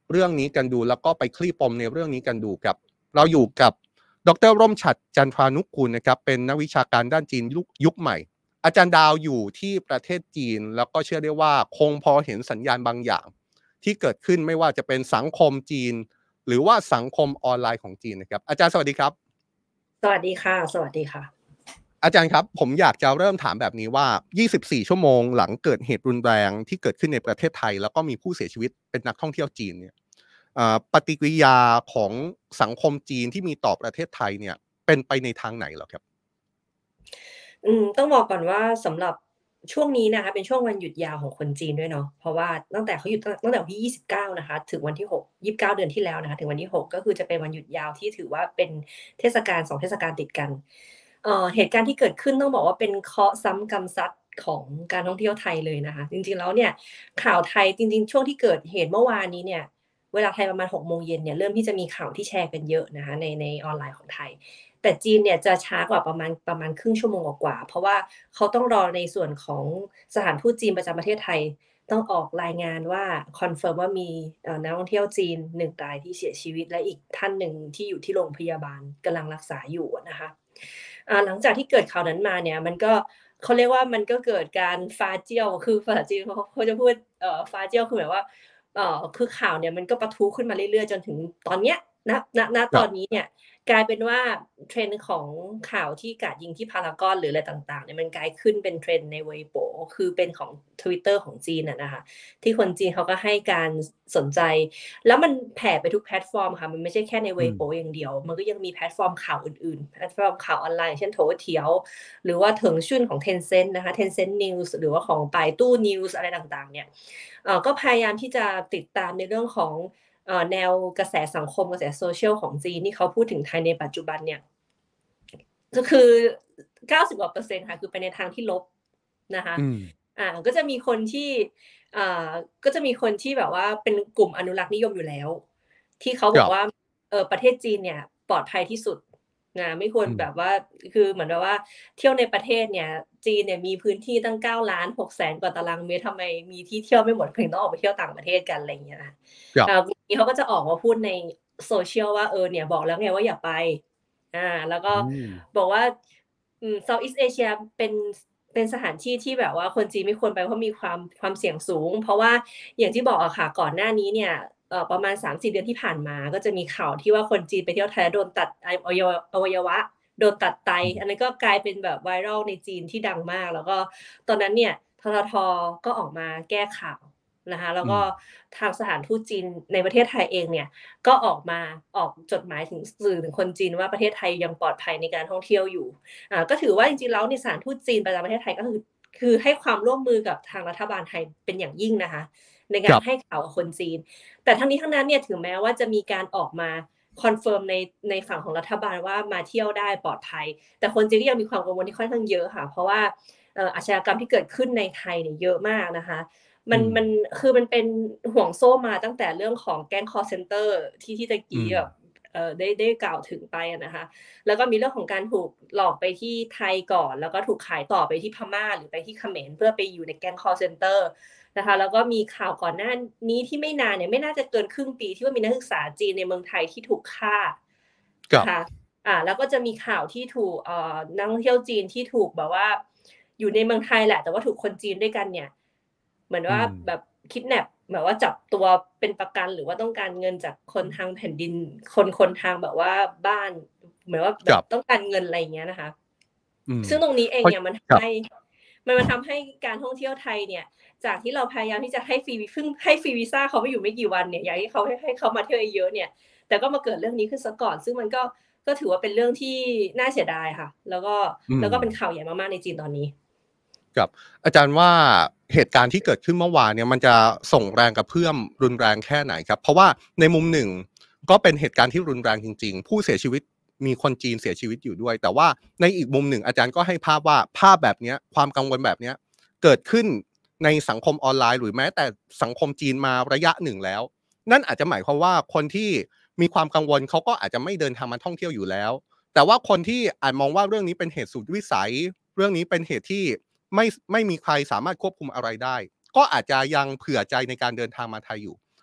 เรื่องนี้กันดูแล้วก็ไปคลี่ปมในเรื่องนี้กันดูครับเราอยู่กับดรร่มฉัตรจันทรานุกูลนะครับเป็นนักวิชาการด้านจีนยุคยุคใหม่อาจารย์ดาวอยู่ที่ประเทศจีนแล้วก็เชื่อได้ว่าคงพอเห็นสัญญาณบางอย่างที่เกิดขึ้นไม่ว่าจะเป็นสังคมจีนหรือว่าสังคมออนไลน์ของจีนนะครับอาจารย์สวัสดีครับสวัสดีค่ะสวัสดีค่ะอาจารย์ครับผมอยากจะเริ่มถามแบบนี้ว่ายี่สิบสี่ชั่วโมงหลังเกิดเหตุรุนแรงที่เกิดขึ้นในประเทศไทยแล้วก็มีผู้เสียชีวิตเป็นนักท่องเที่ยวจีนเนี่ยปฏิกิริยาของสังคมจีนที่มีต่อประเทศไทยเนี่ยเป็นไปในทางไหนเหรอครับอืมต้องบอกก่อนว่าสำหรับช่วงนี้นะคะเป็นช่วงวันหยุดยาวของคนจีนด้วยเนาะเพราะว่าตั้งแต่เขาหยุดตั้งแต่วันที่ยี่สิบเก้านะคะถึงวันที่หก ยี่สิบเก้าเดือนที่แล้วนะคะถึงวันที่หกก็คือจะเป็นวันหยุดยาวที่ถือว่าเป็นเทศกาลสองเทศกาลติดกันเอ่อเหตุการณ์ที่เกิดขึ้นต้องบอกว่าเป็นเคราะห์ซ้ำกรรมซัดของการท่องเที่ยวไทยเลยนะคะจริงๆแล้วเนี่ยข่าวไทยจริงๆช่วงที่เกิดเหตุเมื่อวานนี้เนี่ยเวลาไทยประมาณหกโมงเย็นเนี่ยเริ่มที่จะมีข่าวที่แชร์กันเยอะนะคะในในออนไลน์ของไทยแต่จีนเนี่ยจะช้ากว่าประมาณประมาณครึ่งชั่วโมงกว่าเพราะว่าเขาต้องรอในส่วนของสถานทูตจีนประจำประเทศไทยต้องออกรายงานว่าคอนเฟิร์มว่ามีนักท่องเที่ยวจีนหนึ่งรายที่เสียชีวิตและอีกท่านหนึ่งที่อยู่ที่โรงพยาบาลกำลังรักษาอยู่นะคะหลังจากที่เกิดข่าวนั้นมาเนี่ยมันก็เขาเรียกว่ามันก็เกิดการฟ้าเจี้ยวคือภาษาจีนเขาเขาจะพูดเอ่อฟ้าเจี้ยวคือหมายว่าเอ่อคือข่าวเนี่ยมันก็ปะทุขึ้นมาเรื่อยๆจนถึงตอนเนี้ยณณณตอนนี้เนี่ยกลายเป็นว่าเทรนด์ของข่าวที่กราดยิงที่พารากอนหรืออะไรต่างๆเนี่ยมันกลายขึ้นเป็นเทรนด์ในเว็บโปคือเป็นของ Twitter ของจีนน่ะนะคะที่คนจีนเขาก็ให้การสนใจแล้วมันแผ่ไปทุกแพลตฟอร์มค่ะมันไม่ใช่แค่ในเว็บโปอย่างเดียวมันก็ยังมีแพลตฟอร์มข่าวอื่นๆแพลตฟอร์มข่าวออนไลน์เช่นโถเถียวหรือว่าเถิงชุ่นของ Tencent นะคะ Tencent News หรือว่าของปายตู้ News อะไรต่างๆเนี่ยเอ่อก็พยายามที่จะติดตามในเรื่องของแนวกระแสสังคมกระแสโซเชียลของจีนที่เขาพูดถึงไทยในปัจจุบันเนี่ยก็คือเก้าสิบกว่าเปอร์เซ็นต์ค่ะคือไปในทางที่ลบนะคะอ่าก็จะมีคนที่อ่าก็จะมีคนที่แบบว่าเป็นกลุ่มอนุรักษ์นิยมอยู่แล้วที่เขาบอกว่าเออประเทศจีนเนี่ยปลอดภัยที่สุดนะไม่ควรแบบว่าคือเหมือนแบบว่าเที่ยวในประเทศเนี่ยจีนเนี่ยมีพื้นที่ตั้งเก้าล้านหกแสนกว่าตารางเมตรทำไมมีที่เที่ยวไม่หมดเพียงต้องออกไปเที่ยวต่างประเทศกันอะไรอย่างเงี้ยนะอ่าทีเขาก็จะออกมาพูดในโซเชียลว่าเออเนี่ยบอกแล้วไงว่าอย่าไปอ่าแล้วก็บอกว่าอืม Southeast Asia เป็นเป็นสถานที่ที่แบบว่าคนจีนไม่ควรไปเพราะมีความความเสี่ยงสูงเพราะว่าอย่างที่บอกอะค่ะก่อนหน้านี้เนี่ยเอ่อประมาณ สามสี่ เดือนที่ผ่านมาก็จะมีข่าวที่ว่าคนจีนไปเที่ยวไทยโดนตัดอวัยวะอวัยวะโดนตัดไตอันนั้นก็กลายเป็นแบบไวรัลในจีนที่ดังมากแล้วก็ตอนนั้นเนี่ยททท.ก็ออกมาแก้ข่าวนะคะแล้วก็ทางสถานทูตจีนในประเทศไทยเองเนี่ยก็ออกมาออกจดหมายถึงสื่อถึงคนจีนว่าประเทศไทยยังปลอดภัยในการท่องเที่ยวอยู่อ่าก็ถือว่าจริงๆแล้วในสถานทูตจีนประจำประเทศไทยก็คือคือให้ความร่วมมือกับทางรัฐบาลไทยเป็นอย่างยิ่งนะคะในการให้ข่าวกับคนจีนแต่ทั้งนี้ทั้งนั้นเนี่ยถึงแม้ว่าจะมีการออกมาคอนเฟิร์มในในฝั่งของรัฐบาลว่ามาเที่ยวได้ปลอดภัยแต่คนจีนก็ยังมีความกังวลที่ค่อนข้างเยอะค่ะเพราะว่าอาชญากรรมที่เกิดขึ้นในไทยเนี่ยเยอะมากนะคะมันมันคือมันเป็นห่วงโซ่มาตั้งแต่เรื่องของแก๊ง call center ที่ที่ตะกี้แบบเอ่อได้ได้กล่าวถึงไปนะคะแล้วก็มีเรื่องของการถูกหลอกไปที่ไทยก่อนแล้วก็ถูกขายต่อไปที่พม่าหรือไปที่เขมรเพื่อไปอยู่ในแก๊ง call center นะคะแล้วก็มีข่าวก่อนหน้านี้ที่ไม่นานเนี่ยไม่น่าจะเกินครึ่งปีที่ว่ามีนักศึกษาจีนในเมืองไทยที่ถูกฆ่าค่ะอ่าแล้วก็จะมีข่าวที่ถูกเอ่อนักท่องเที่ยวจีนที่ถูกแบบว่าอยู่ในเมืองไทยแหละแต่ว่าถูกคนจีนด้วยกันเนี่ยเหมือนว่าแบบคิดแนบแบบว่าจับตัวเป็นประกันหรือว่าต้องการเงินจากคนทางแผ่นดินคนคนทางแบบว่าบ้านเหมือนว่าแบบต้องการเงินอะไรอย่างเงี้ยนะคะซึ่งตรงนี้เองเนี่ยมันทำให้มันมันทำให้การท่องเที่ยวไทยเนี่ยจากที่เราพยายามที่จะให้ฟรีเพิ่งให้ฟรีวีซ่าเขาไม่อยู่ไม่กี่วันเนี่ยอยากให้เขาให้ให้เขามาเที่ยวเยอะเนี่ยแต่ก็มาเกิดเรื่องนี้ขึ้นซะก่อนซึ่งมันก็ก็ถือว่าเป็นเรื่องที่น่าเสียดายค่ะแล้วก็แล้วก็เป็นข่าวใหญ่มากๆในจีนตอนนี้ครับอาจารย์ว่าเหตุการณ์ที่เกิดขึ้นเมื่อวานเนี่ยมันจะส่งแรงกระเพื่อมรุนแรงแค่ไหนครับเพราะว่าในมุมหนึ่งก็เป็นเหตุการณ์ที่รุนแรงจริงๆผู้เสียชีวิตมีคนจีนเสียชีวิตอยู่ด้วยแต่ว่าในอีกมุมหนึ่งอาจารย์ก็ให้ภาพว่าภาพแบบนี้ความกังวลแบบนี้เกิดขึ้นในสังคมออนไลน์หรือแม้แต่สังคมจีนมาระยะหนึ่งแล้วนั่นอาจจะหมายความว่าคนที่มีความกังวลเขาก็อาจจะไม่เดินทางมาท่องเที่ยวอยู่แล้วแต่ว่าคนที่อาจมองว่าเรื่องนี้เป็นเหตุสุดวิสัยเรื่องนี้เป็นเหตุที่ไม่ไม่มีใครสามารถควบคุมอะไรได้ก็อาจจะยังเผื่อใจในการเดินทางมาไทยอยู่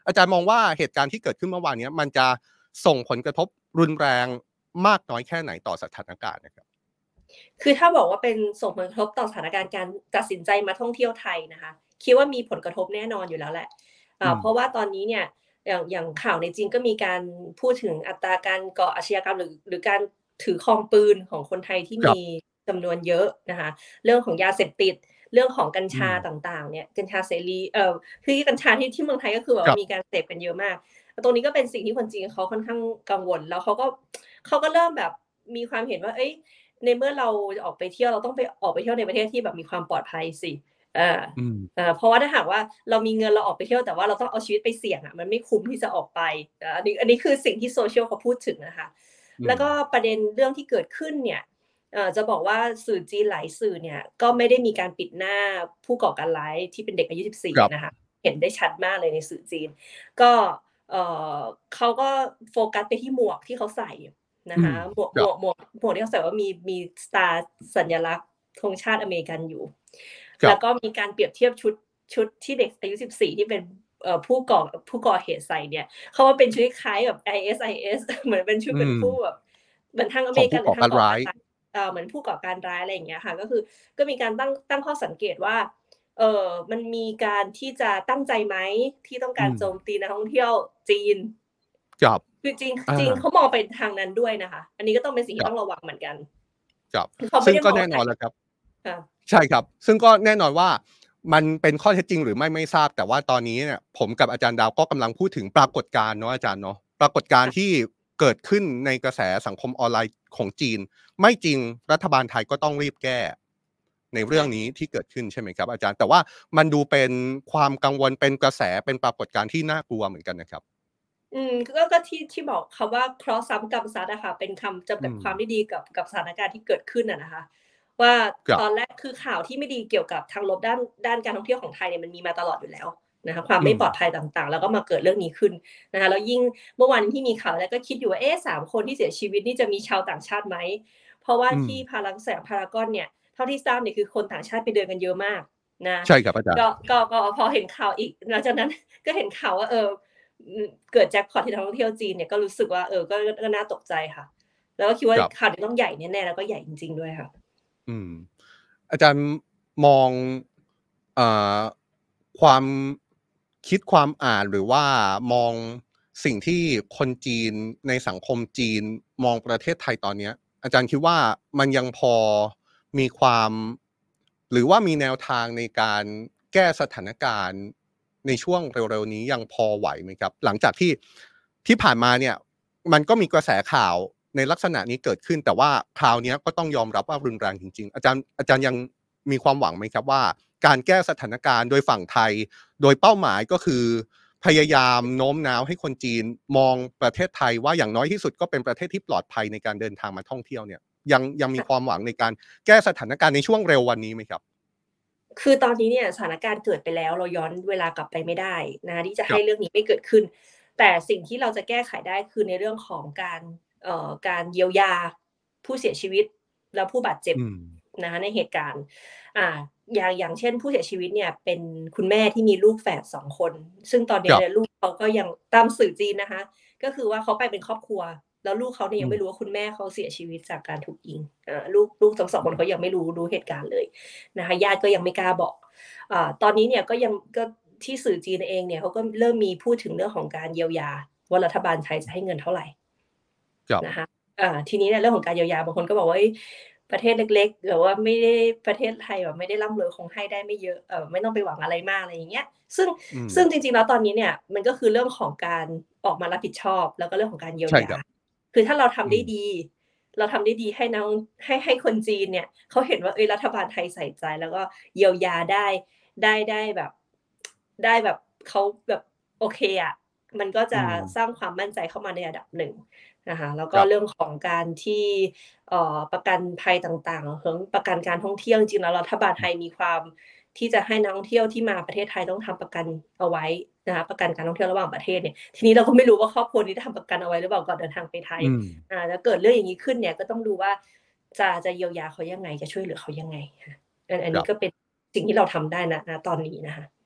อาจารย์มองว่าเหตุการณ์ที่เกิดขึ้นเมื่อวานนี้มันจะส่งผลกระทบรุนแรงมากน้อยแค่ไหนต่อสถานการณ์นะครับคือถ้าบอกว่าเป็นส่งผลกระทบต่อสถานการณ์การตัดสินใจมาท่องเที่ยวไทยนะคะคิดว่ามีผลกระทบแน่นอนอยู่แล้วแหละเพราะว่าตอนนี้เนี่ยอย่างอย่างข่าวในจีนก็มีการพูดถึงอัตราการก่ออาชญากรรมหรือหรือการถือครองปืนของคนไทยที่มีจำนวนเยอะนะคะเรื่องของยาเสพติดเรื่องของกัญชาต่างๆเนี่ยกัญชาเสรีเอ่อคือกัญชาที่ที่เมืองไทยก็คือแบบมีการเสพกันเยอะมากตรงนี้ก็เป็นสิ่งที่คนจีนเขาค่อนข้างกังวลแล้วเขาก็เขาก็เริ่มแบบมีความเห็นว่าเอ้ยในเมื่อเราจะออกไปเที่ยวเราต้องไปออกไปเที่ยวในประเทศที่แบบมีความปลอดภัยสิอ่าอ่าเพราะว่าถ้าหากว่าเรามีเงินเราออกไปเที่ยวแต่ว่าเราต้องเอาชีวิตไปเสี่ยงอ่ะมันไม่คุ้มที่จะออกไปอันนี้อันนี้คือสิ่งที่โซเชียลเขาพูดถึงนะคะแล้วก็ประเด็นเรื่องที่เกิดขึ้นเนี่ยเอ่อจะบอกว่าสื่อจีนหลายสื่อเนี่ยก็ไม่ได้มีการปิดหน้าผู้ก่อการร้ายที่เป็นเด็กอายุสิบสี่นะคะเห็นได้ชัดมากเลยในสื่อจีนก็เอ่อเขาก็โฟกัสไปที่หมวกที่เขาใส่นะคะหมวกหมวกหมวกหมวกที่เขาใส่ว่ามีมีสตาร์สัญลักษณ์ธงชาติอเมริกันอยู่แล้วก็มีการเปรียบเทียบชุดชุดที่เด็กอายุสิบสี่ที่เป็นเอ่อผู้ก่อผู้ก่อเหตุใส่เนี่ยเขาว่าเป็นชุดคล้ายแบบ ไอ เอส ไอ เอส เหมือนเป็นชุดเป็นผู้แบบเหมือนทางอเมริกันหรือทางก่อการร้ายเอ่อเหมือนผู้ก่อการร้ายอะไรอย่างเงี้ยค่ะก็คือก็มีการตั้งตั้งข้อสังเกตว่าเอ่อมันมีการที่จะตั้งใจไหมที่ต้องการโจมตีนักท่องเที่ยวจีนครับคือจีนจีนเขามองไปทางนั้นด้วยนะคะอันนี้ก็ต้องเป็นสิ่งที่ต้องระวังเหมือนกันครับซึ่งก็แน่นอนแล้วครับใช่ครับซึ่งก็แน่นอนว่ามันเป็นข้อเท็จจริงหรือไม่ไม่ทราบแต่ว่าตอนนี้เนี่ยผมกับอาจารย์ดาวก็กำลังพูดถึงปรากฏการณ์เนาะอาจารย์เนาะปรากฏการณ์ที่เกิดขึ้นในกระแสสังคมออนไลน์ของจีนไม่จริงรัฐบาลไทยก็ต้องรีบแก้ในเรื่องนี้ที่เกิดขึ้นใช่ไหมครับอาจารย์แต่ว่ามันดูเป็นความกังวลเป็นกระแสเป็นปรากฏการณ์ที่น่ากลัวเหมือนกันนะครับอืมก็ก็ที่ที่บอกคำว่า cross ซ้ำกรรมซัดอะค่ะเป็นคำจำกัดความที่ดีกับกับสถานการณ์ที่เกิดขึ้นอะนะคะว่าตอนแรกคือข่าวที่ไม่ดีเกี่ยวกับทางลบด้านด้านการท่องเที่ยวของไทยเนี่ยมันมีมาตลอดอยู่แล้วนะคะความไม่ปลอดภัยต่างๆแล้วก็มาเกิดเรื่องนี้ขึ้นนะคะแล้วยิ่งเมื่อวานที่มีข่าวแล้วก็คิดอยู่ว่าเอ๊ะสามคนที่เสียชีวิตนี่จะมีชาวต่างชาติไหมเพราะว่าที่พารากอนพารากอนเนี่ยเท่าที่ทราบเนี่ยคือคนต่างชาติไปเดินกันเยอะมากนะใช่ครับอาจารย์ก็ก็ก็พอเห็นข่าวอีกหลังจากนั้นก็เห็นข่าวว่าเออเกิดแจ็คพอตที่นักท่องเที่ยวจีนเนี่ยก็รู้สึกว่าเออก็ก็น่าตกใจค่ะแล้วก็คิดว่าข่าวนี้ต้องใหญ่แน่ๆแล้วก็ใหญ่จริงๆด้วยค่ะอืมอาจารย์มองเอ่อความคิดความอ่านหรือว่ามองสิ่งที่คนจีนในสังคมจีนมองประเทศไทยตอนนี้อาจารย์คิดว่ามันยังพอมีความหรือว่ามีแนวทางในการแก้สถานการณ์ในช่วงเร็วๆนี้ยังพอไหวไหมครับหลังจากที่ที่ผ่านมาเนี่ยมันก็มีกระแสข่าวในลักษณะนี้เกิดขึ้นแต่ว่าคราวนี้ก็ต้องยอมรับว่ารุนแรงจริงๆอาจารย์อาจารย์ยังมีความหวังไหมครับว่าการแก้สถานการณ์โดยฝั่งไทยโดยเป้าหมายก็คือพยายามโน้มน้าวให้คนจีนมองประเทศไทยว่าอย่างน้อยที่สุดก็เป็นประเทศที่ปลอดภัยในการเดินทางมาท่องเที่ยวเนี่ยยังยังมีความหวังในการแก้สถานการณ์ในช่วงเร็ววันนี้ไหมครับคือตอนนี้เนี่ยสถานการณ์เกิดไปแล้วเราย้อนเวลากลับไปไม่ได้นะที่จะให้เรื่องนี้ไม่เกิดขึ้นแต่สิ่งที่เราจะแก้ไขได้คือในเรื่องของการเอ่อการเยียวยาผู้เสียชีวิตและผู้บาดเจ็บนะคะในเหตุการณ์อ่าอย่างอย่างเช่นผู้เสียชีวิตเนี่ยเป็นคุณแม่ที่มีลูกแฝดสองคนซึ่งตอนนี้เนี่ยลูกเขาก็ยังตามสื่อจีนนะคะก็คือว่าเขาไปเป็นครอบครัวแล้วลูกเขาเนี่ยยังไม่รู้ว่าคุณแม่เขาเสียชีวิตจากการถูกยิงอ่าลูกลูกทั้งสองคนเขายังไม่รู้รู้เหตุการณ์เลยนะคะญาติก็ยังไม่กล้าบอกอ่าตอนนี้เนี่ยก็ยังก็ที่สื่อจีนเองเนี่ยเขาก็เริ่มมีพูดถึงเรื่องของการเยียวยาว่ารัฐบาลไทยจะให้เงินเท่าไหร่นะคะอ่าทีนี้เนี่ยเรื่องของการเยียวยาบางคนก็บอกว่าประเทศเล็กๆหรือว่าไม่ได้ประเทศไทยแบบไม่ได้ร่ำรวยคงให้ได้ไม่เยอะเออไม่ต้องไปหวังอะไรมากอะไรอย่างเงี้ยซึ่งซึ่งจริงๆแล้วตอนนี้เนี่ยมันก็คือเรื่องของการออกมารับผิดชอบแล้วก็เรื่องของการเยียวยาคือถ้าเราทำได้ดีเราทำได้ดีให้น้องให้ให้คนจีนเนี่ยเขาเห็นว่าเอ้ยรัฐบาลไทยใส่ใจแล้วก็เยียวยาได้ได้ได้แบบได้แบบเขาแบบโอเคอ่ะมันก็จะสร้างความมั่นใจเข้ามาในระดับหนึ่งนะคะแล้วก็เรื่องของการที่เอ่อประกันภัยต่างๆเรื่องประกันการท่องเที่ยวจริงๆแล้วรัฐบาลไทยมีความที่จะให้นักท่องเที่ยวที่มาประเทศไทยต้องทำประกันเอาไว้นะคะประกันการท่องเที่ยวระหว่างประเทศเนี่ยทีนี้เราก็ไม่รู้ว่าครอบครัวนี้ทำประกันเอาไว้หรือเปล่าก่อนเดินทางไปไทยอ่าแล้วเกิดเรื่องอย่างนี้ขึ้นเนี่ยก็ต้องดูว่าจะจะเยียวยาเขายังไงจะช่วยเหลือเขายังไงอันอันนี้ก็เป็นสิ่งที่เราทำได้นะณตอนนี้นะคะ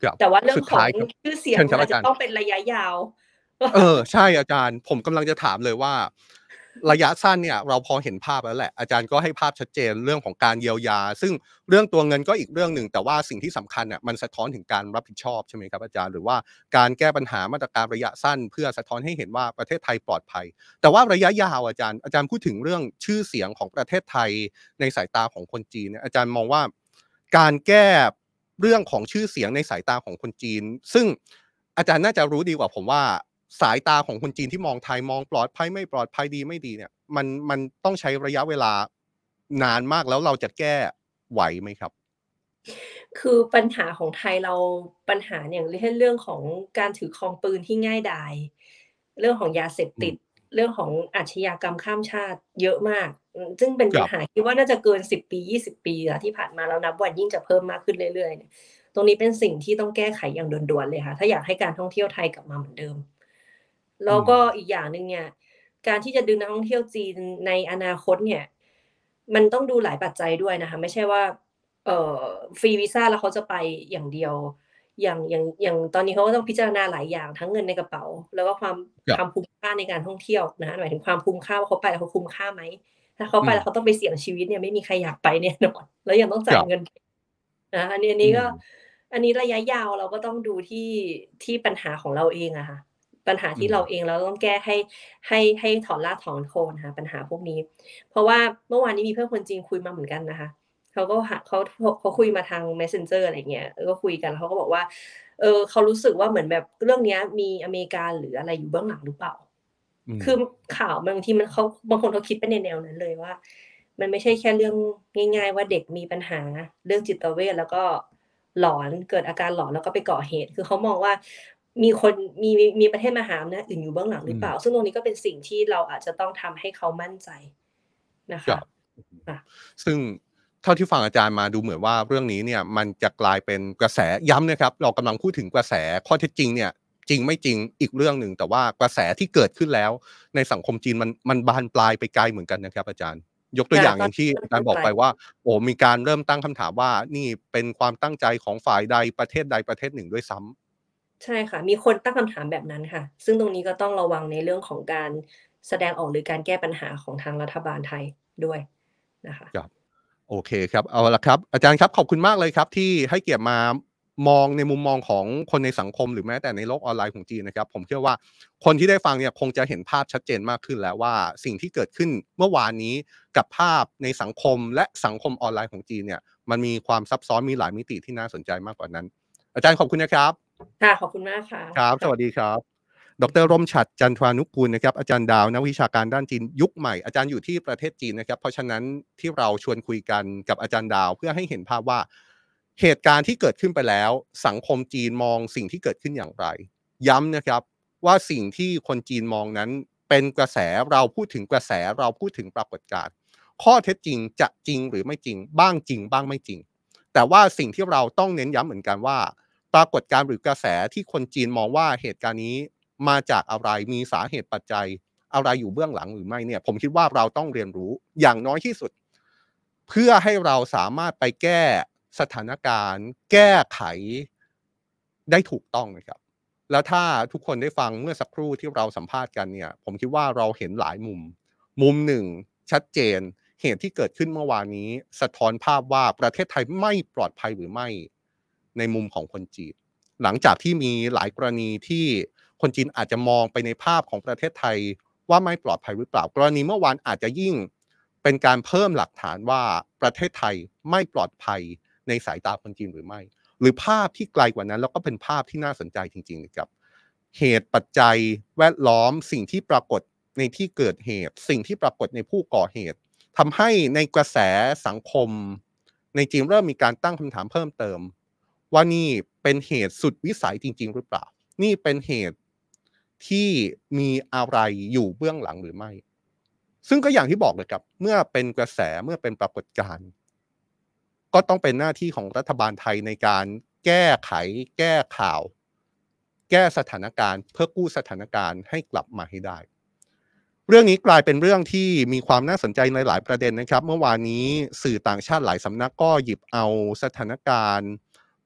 ครับแต่ว่าเรื่อสุงของดท้ายครับชื่อเสียเชิงอาจจะญครับอาจารย์ต้องเป็นระยะยาวเออใช่อาจารย์ผมกำลังจะถามเลยว่าระยะสั้นเนี่ยเราพอเห็นภาพแล้วแหละอาจารย์ก็ให้ภาพชัดเจนเรื่องของการเยียวยาซึ่งเรื่องตัวเงินก็อีกเรื่องหนึ่งแต่ว่าสิ่งที่สำคัญน่ะมันสะท้อนถึงการรับผิดชอบใช่ไหมครับอาจารย์หรือว่าการแก้ปัญหามาตรการระยะสั้นเพื่อสะท้อนให้เห็นว่าประเทศไทยปลอดภัยแต่ว่าระยะยาวอาจารย์อาจารย์พูดถึงเรื่องชื่อเสียงของประเทศไทยในสายตาของคนจีนเนี่ยอาจารย์มองว่าการแก้เรื่องของชื่อเสียงในสายตาของคนจีนซึ่ง อาจารย์น่าจะรู้ดีกว่าผมว่าสายตาของคนจีนที่มองไทยมองปลอดภัยไม่ปลอดภัยดีไม่ดีเนี่ยมันมันต้องใช้ระยะเวลานานมากแล้วเราจะแก้ไหวไหมครับคือปัญหาของไทยเราปัญหาอย่างเช่นเรื่องของการถือครองปืนที่ง่ายดายเรื่องของยาเสพอืมติดเรื่องของอาชญากรรมข้ามชาติเยอะมากอืมซึ่งเป็นปัญหาครับคิดว่าน่าจะเกินสิบปียี่สิบปีแล้วที่ผ่านมาแล้วนับวันยิ่งจะเพิ่มมากขึ้นเรื่อยๆเนี่ยตรงนี้เป็นสิ่งที่ต้องแก้ไขอย่างด่วนๆเลยค่ะถ้าอยากให้การท่องเที่ยวไทยกลับมาเหมือนเดิมแล้อืมวก็อีกอย่างหนึ่งเนี่ยการที่จะดึงนักท่องเที่ยวจีนในอนาคตเนี่ยมันต้องดูหลายปัจจัยด้วยนะคะไม่ใช่ว่า เอ่อฟรีวีซาแล้วเขาจะไปอย่างเดียวอย่างอย่างอย่างตอนนี้เขาก็ต้องพิจารณาหลายอย่างทั้งเงินในกระเป๋าแล้วก็ความความครับคุ้มค่าในการท่องเที่ยวนะคะหมายถึงความคุ้มค่าว่าเขาไปแล้วเขาคุ้มค่าไหมถ้าเขาอืมไปแล้วเขาต้องไปเสี่ยงชีวิตเนี่ยไม่มีใครอยากไปแน่นอนแล้วยังต้องคจ่ายเงินรับนะคะอันนี้อันอืนี้ก็มอันนี้ระยะยาวเราก็ต้องดูที่ที่ปัญหาของเราเองอะค่ะปัญหาอืมที่เราเองเราต้องแก้ให้ให้ให้ถอนรากถอนโคนค่ะปัญหาพวกนี้เพราะว่าเมื่อวานนี้มีเพื่อนคนจีนคุยมาเหมือนกันนะคะ เขาก็หาเขาเขาคุยมาทาง Messenger อะไรเงี้ยเออก็คุยกันแล้วเขาก็บอกว่าเออเขารู้สึกว่าเหมือนแบบเรื่องเนี้ยมีอเมริกาหรืออะไรอยู่เบื้องหลังหรือเปล่าอืมคือข่าวบางทีมันเขาบางคนเขาคิดไปในแนวนั้นเลยว่ามันไม่ใช่แค่เรื่องง่ายๆว่าเด็กมีปัญหาเรื่องจิตเวชแล้วก็หลอนเกิดอาการหลอนแล้วก็ไปก่อเหตุคือเขามองว่ามีคนมีมีมีประเทศมหาอำนาจอื่นอยู่เบื้องหลังหอืมรือเปล่าซึ่งตรงนี้ก็เป็นสิ่งที่เราอาจจะต้องทำให้เขามั่นใจนะคะครับค่ะซึ่งเท่าที่ฟังอาจารย์มาดูเหมือนว่าเรื่องนี้เนี่ยมันจะกลายเป็นกระแสย้ำนะครับเรากำลังพูดถึงกระแสข้อเท็จจริงเนี่ยจริงไม่จริงอีกเรื่องหนึ่งแต่ว่ากระแสที่เกิดขึ้นแล้วในสังคมจีนมันมันบานปลายไปไกลเหมือนกันนะครับอาจารย์ยกตัวค่ะอย่างตอนนี้ค่อนอย่างที่อาจารข้างไกลย์บอกไปว่าโอ้มีการเริ่มตั้งคำถามว่านี่เป็นความตั้งใจของฝ่ายใดประเทศใดประเทศหนึ่งด้วยซ้ำใช่ค่ะมีคนตั้งคำถามแบบนั้นค่ะซึ่งตรงนี้ก็ต้องระวังในเรื่องของการแสดงออกหรือการแก้ปัญหาของทางรัฐบาลไทยด้วยนะคะครับ โอเคครับเอาละครับอาจารย์ครับขอบคุณมากเลยครับที่ให้เกียรติมามองในมุมมองของคนในสังคมหรือแม้แต่ในโลกออนไลน์ของจีนนะครับผมเชื่อว่าคนที่ได้ฟังเนี่ยคงจะเห็นภาพชัดเจนมากขึ้นแล้วว่าสิ่งที่เกิดขึ้นเมื่อวานนี้กับภาพในสังคมและสังคมออนไลน์ของจีนเนี่ยมันมีความซับซ้อนมีหลายมิติที่น่าสนใจมากกว่านั้นอาจารย์ขอบคุณนะครับค่ะขอบคุณมากค่ะครับสวัสค่ะดีครับดรร่มฉัตรจันทรานุกูลนะครับอาจารย์ดาวนักวิชาการด้านจีนยุคใหม่อาจารย์อยู่ที่ประเทศจีนนะครับเพราะฉะนั้นที่เราชวนคุยกันกับอาจารย์ดาวเพื่อให้เห็นภาพว่าเหตุการณ์ที่เกิดขึ้นไปแล้วสังคมจีนมองสิ่งที่เกิดขึ้นอย่างไรย้ำนะครับว่าสิ่งที่คนจีนมองนั้นเป็นกระแสเราพูดถึงกระแสเราพูดถึงปรากฏการณ์ข้อเท็จจริงจะจริงหรือไม่จริงบ้างจริงบ้างไม่จริงแต่ว่าสิ่งที่เราต้องเน้นย้ำเหมือนกันว่า ปรากฏการณ์หรือกระแสที่คนจีนมองว่าเหตุการณ์นี้มาจากอะไรมีสาเหตุปัจจัยอะไรอยู่เบื้องหลังหรือไม่เนี่ยผมคิดว่าเราต้องเรียนรู้อย่างน้อยที่สุดเพื่อให้เราสามารถไปแก้สถานการณ์แก้ไขได้ถูกต้องนะครับแล้วถ้าทุกคนได้ฟังเมื่อสักครู่ที่เราสัมภาษณ์กันเนี่ยผมคิดว่าเราเห็นหลายมุมมุมหนึ่งชัดเจนเหตุที่เกิดขึ้นเมื่อวานนี้สะท้อนภาพว่าประเทศไทยไม่ปลอดภัยหรือไม่ ในมุมของคนจีนหลังจากที่มีหลายกรณีที่คนจีนอาจจะมองไปในภาพของประเทศไทยว่าไม่ปลอดภัยหรือเปล่ากรณีเมื่อวานอาจจะยิ่งเป็นการเพิ่มหลักฐานว่าประเทศไทยไม่ปลอดภัยในสายตาคนจีนหรือไม่หรือภาพที่ไกลกว่านั้นแล้วก็เป็นภาพที่น่าสนใจจริงๆนะครับเหตุปัจจัยแวดล้อมสิ่งที่ปรากฏในที่เกิดเหตุสิ่งที่ปรากฏในผู้ก่อเหตุทำให้ในกระแสสังคมในจีนเริ่มมีการตั้งคำถามเพิ่มเติม ว่านี่เป็นเหตุสุดวิสัยจริงๆหรือเปล่า นี่เป็นเหตุที่มีอะไรอยู่เบื้องหลังหรือไม่ ซึ่งก็อย่างที่บอกเลยครับเมื่อเป็นกระแสเมื่อเป็นปรากฏการณ์ก็ต้องเป็นหน้าที่ของรัฐบาลไทยในการแก้ไขแก้ข่าวแก้สถานการณ์เพื่อกู้สถานการณ์ให้กลับมาให้ได้ เรื่องนี้กลายเป็นเรื่องที่มีความน่าสนใจในหลายประเด็นนะครับเมื่อวานนี้สื่อต่างชาติหลายสำนักก็หยิบเอาสถานการณ์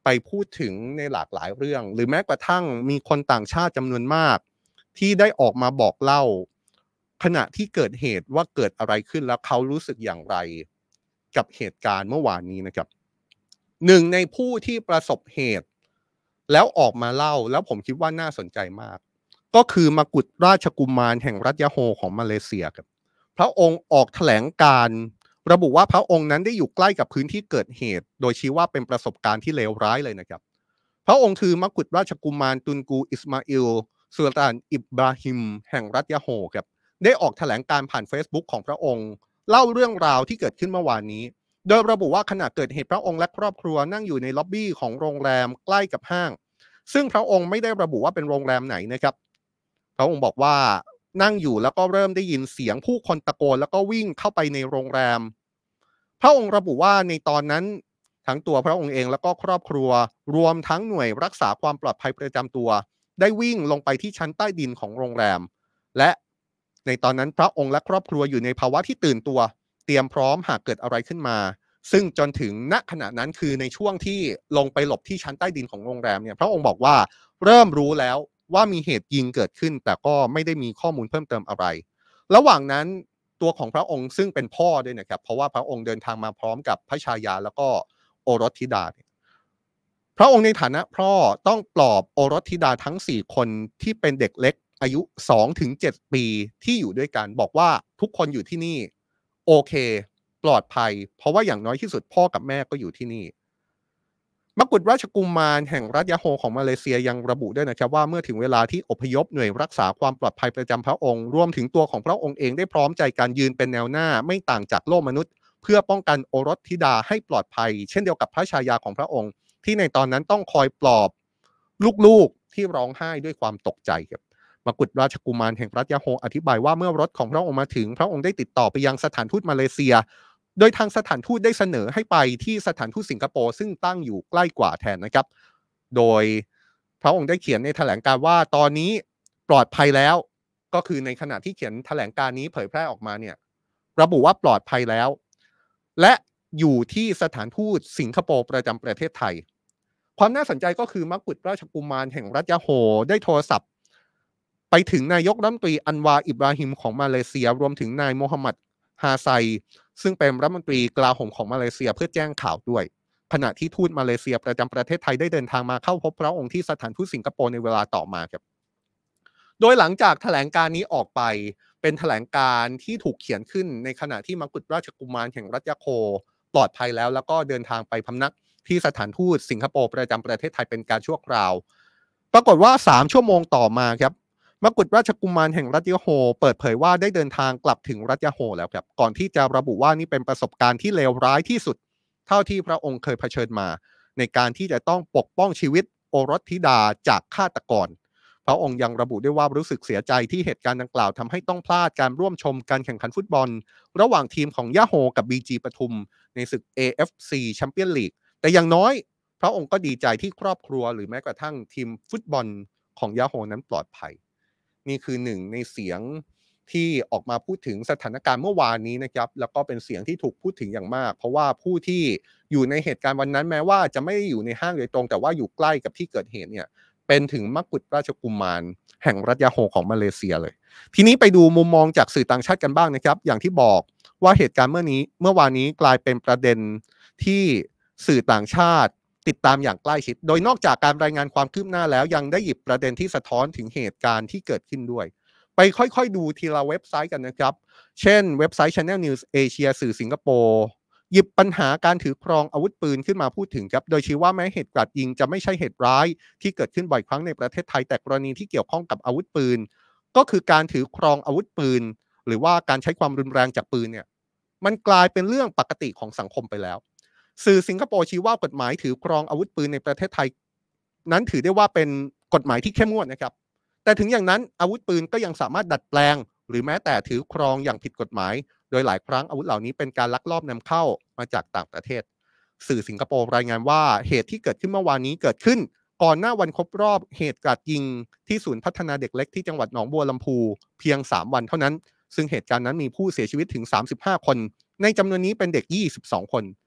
ไปพูดถึงในหลากหลายเรื่องหรือแม้กระทั่งมีคนต่างชาติจำนวนมากที่ได้ออกมาบอกเล่าขณะที่เกิดเหตุว่าเกิดอะไรขึ้นแล้วเขารู้สึกอย่างไรกับเหตุการณ์เมื่อวานนี้นะครับหนึ่งในผู้ที่ประสบเหตุแล้วออกมาเล่าแล้วผมคิดว่าน่าสนใจมากก็คือมกุฎราชกุมารแห่งรัฐยะโฮของมาเลเซียครับพระองค์ออกแถลงการณ์ระบุว่าพระองค์นั้นได้อยู่ใกล้กับพื้นที่เกิดเหตุโดยชี้ว่าเป็นประสบการณ์ที่เลวร้ายเลยนะครับพระองค์คือมกุฎราชกุมารตุนกูอิสมาอิลสุลต่านอิบราฮิมแห่งรัฐยะโฮครับได้ออกแถลงการผ่าน Facebook ของพระองค์เล่าเรื่องราวที่เกิดขึ้นเมื่อวานนี้โดยระบุว่าขณะเกิดเหตุพระองค์และครอบครัวนั่งอยู่ในล็อบบี้ของโรงแรมใกล้กับห้างซึ่งพระองค์ไม่ได้ระบุว่าเป็นโรงแรมไหนนะครับพระองค์บอกว่านั่งอยู่แล้วก็เริ่มได้ยินเสียงผู้คนตะโกนแล้วก็วิ่งเข้าไปในโรงแรมพระองค์ระบุว่าในตอนนั้นทั้งตัวพระองค์เองแล้วก็ครอบครัวรวมทั้งหน่วยรักษาความปลอดภัยประจำตัวได้วิ่งลงไปที่ชั้นใต้ดินของโรงแรมและในตอนนั้นพระองค์และครอบครัวอยู่ในภาวะที่ตื่นตัวเตรียมพร้อมหากเกิดอะไรขึ้นมาซึ่งจนถึงณขณะนั้นคือในช่วงที่ลงไปหลบที่ชั้นใต้ดินของโรงแรมเนี่ยพระองค์บอกว่าเริ่มรู้แล้วว่ามีเหตุยิงเกิดขึ้นแต่ก็ไม่ได้มีข้อมูลเพิ่มเติมอะไรระหว่างนั้นตัวของพระองค์ซึ่งเป็นพ่อด้วยนะครับเพราะว่าพระองค์เดินทางมาพร้อมกับพระชายาแล้วก็โอรสธิดาพระองค์ในฐานะพ่อต้องปลอบโอรสธิดาทั้งสี่คนที่เป็นเด็กเล็กอายุ สองถึงเจ็ด ปีที่อยู่ด้วยกันบอกว่าทุกคนอยู่ที่นี่โอเคปลอดภัยเพราะว่าอย่างน้อยที่สุดพ่อกับแม่ก็อยู่ที่นี่มกุฎราชกุมารแห่งรัฐยะโฮของมาเลเซียยังระบุด้วยนะครับว่าเมื่อถึงเวลาที่อพยพหน่วยรักษาความปลอดภัยประจำพระองค์รวมถึงตัวของพระองค์เองได้พร้อมใจการยืนเป็นแนวหน้าไม่ต่างจากโลกมนุษย์เพื่อป้องกันโอรสธิดาให้ปลอดภัยเช่นเดียวกับพระชายาของพระองค์ที่ในตอนนั้นต้องคอยปลอบลูกๆที่ร้องไห้ด้วยความตกใจครับมกุฎราชกุมารแห่งรัฐยะโฮอธิบายว่าเมื่อรถของพระองค์มาถึงพระองค์ได้ติดต่อไปยังสถานทูตมาเลเซียโดยทางสถานทูตได้เสนอให้ไปที่สถานทูตสิงคโปร์ซึ่งตั้งอยู่ใกล้กว่าแทนนะครับโดยพระองค์ได้เขียนในแถลงการว่าตอนนี้ปลอดภัยแล้วก็คือในขณะที่เขียนแถลงการนี้เผยแพร่ออกมาเนี่ยระบุว่าปลอดภัยแล้วและอยู่ที่สถานทูตสิงคโปร์ประจำประเทศไทยความน่าสนใจก็คือมกุฎราชกุมารแห่งรัฐยะโฮได้โทรศัพท์ไปถึงนายกรัฐมนตรีอันวาอิบราฮิมของมาเลเซียรวมถึงนายโมฮัมหมัดฮาไซซึ่งเป็นรัฐมนตรีกลาโหมของมาเลเซียเพื่อแจ้งข่าวด้วยขณะที่ทูตมาเลเซียประจำประเทศไทยได้เดินทางมาเข้าพบพระองค์ที่สถานทูตสิงคโปร์ในเวลาต่อมาครับโดยหลังจากแถลงการนี้ออกไปเป็นแถลงการที่ถูกเขียนขึ้นในขณะที่มกุฎราชกุมารแห่งรัฐยะโฮปลอดภัยแล้วแล้วก็เดินทางไปพำนักที่สถานทูตสิงคโปร์ประจำประเทศไทยเป็นการชั่วคราวปรากฏว่าสามชั่วโมงต่อมาครับมกุฎราชกุมารแห่งรัฐยะโฮเปิดเผยว่าได้เดินทางกลับถึงรัฐยะโฮแล้วครับก่อนที่จะระบุว่านี่เป็นประสบการณ์ที่เลวร้ายที่สุดเท่าที่พระองค์เคยเผชิญมาในการที่จะต้องปกป้องชีวิตโอรสธิดาจากฆาตกรพระองค์ยังระบุด้วยว่ารู้สึกเสียใจที่เหตุการณ์ดังกล่าวทำให้ต้องพลาดการร่วมชมการแข่งขันฟุตบอลระหว่างทีมของยะโฮกับ บี จี ปทุมในศึก เอ เอฟ ซี Champions League แต่อย่างน้อยพระองค์ก็ดีใจที่ครอบครัวหรือแม้กระทั่งทีมฟุตบอลของยะโฮนั้นปลอดภัยนี่คือหนึ่งในเสียงที่ออกมาพูดถึงสถานการณ์เมื่อวานนี้นะครับแล้วก็เป็นเสียงที่ถูกพูดถึงอย่างมากเพราะว่าผู้ที่อยู่ในเหตุการณ์วันนั้นแม้ว่าจะไม่ได้อยู่ในห้างโดยตรงแต่ว่าอยู่ใกล้กับที่เกิดเหตุเนี่ยเป็นถึงมกุฎราชกุมารแห่งรัฐยะโฮของมาเลเซียเลยทีนี้ไปดูมุมมองจากสื่อต่างชาติกันบ้างนะครับอย่างที่บอกว่าเหตุการณ์เมื่อนี้เมื่อวานนี้กลายเป็นประเด็นที่สื่อต่างชาติติดตามอย่างใกล้ชิดโดยนอกจากการรายงานความคืบหน้าแล้วยังได้หยิบประเด็นที่สะท้อนถึงเหตุการณ์ที่เกิดขึ้นด้วยไปค่อยๆดูทีละเว็บไซต์กันนะครับเช่นเว็บไซต์ Channel News Asia สื่อสิงคโปร์หยิบปัญหาการถือครองอาวุธปืนขึ้นมาพูดถึงครับโดยชี้ว่าแม้เหตุกราดยิงจะไม่ใช่เหตุร้ายที่เกิดขึ้นบ่อยครั้งในประเทศไทยแต่กรณีที่เกี่ยวข้องกับอาวุธปืนก็คือการถือครองอาวุธปืนหรือว่าการใช้ความรุนแรงจากปืนเนี่ยมันกลายเป็นเรื่องปกติของสังคมไปแล้วสื่อสิงคโปร์ชี้ว่ากฎหมายถือครองอาวุธปืนในประเทศไทยนั้นถือได้ว่าเป็นกฎหมายที่เข้มงวดนะครับแต่ถึงอย่างนั้นอาวุธปืนก็ยังสามารถดัดแปลงหรือแม้แต่ถือครองอย่างผิดกฎหมายโดยหลายครั้งอาวุธเหล่านี้เป็นการลักลอบนำเข้ามาจากต่างประเทศสื่อสิงคโปร์รายงานว่าเหตุที่เกิดขึ้นเมื่อวานนี้เกิดขึ้นก่อนหน้าวันครบรอบเหตุกราดยิงที่ศูนย์พัฒนาเด็กเล็กที่จังหวัดหนองบัวลำพูเพียงสามวันเท่านั้นซึ่งเหตุการณ์นั้นมีผู้เสียชีวิตถึงสามสิบห้าคนในจำนวนนี้เป็นเด็กยี่สิบสองคน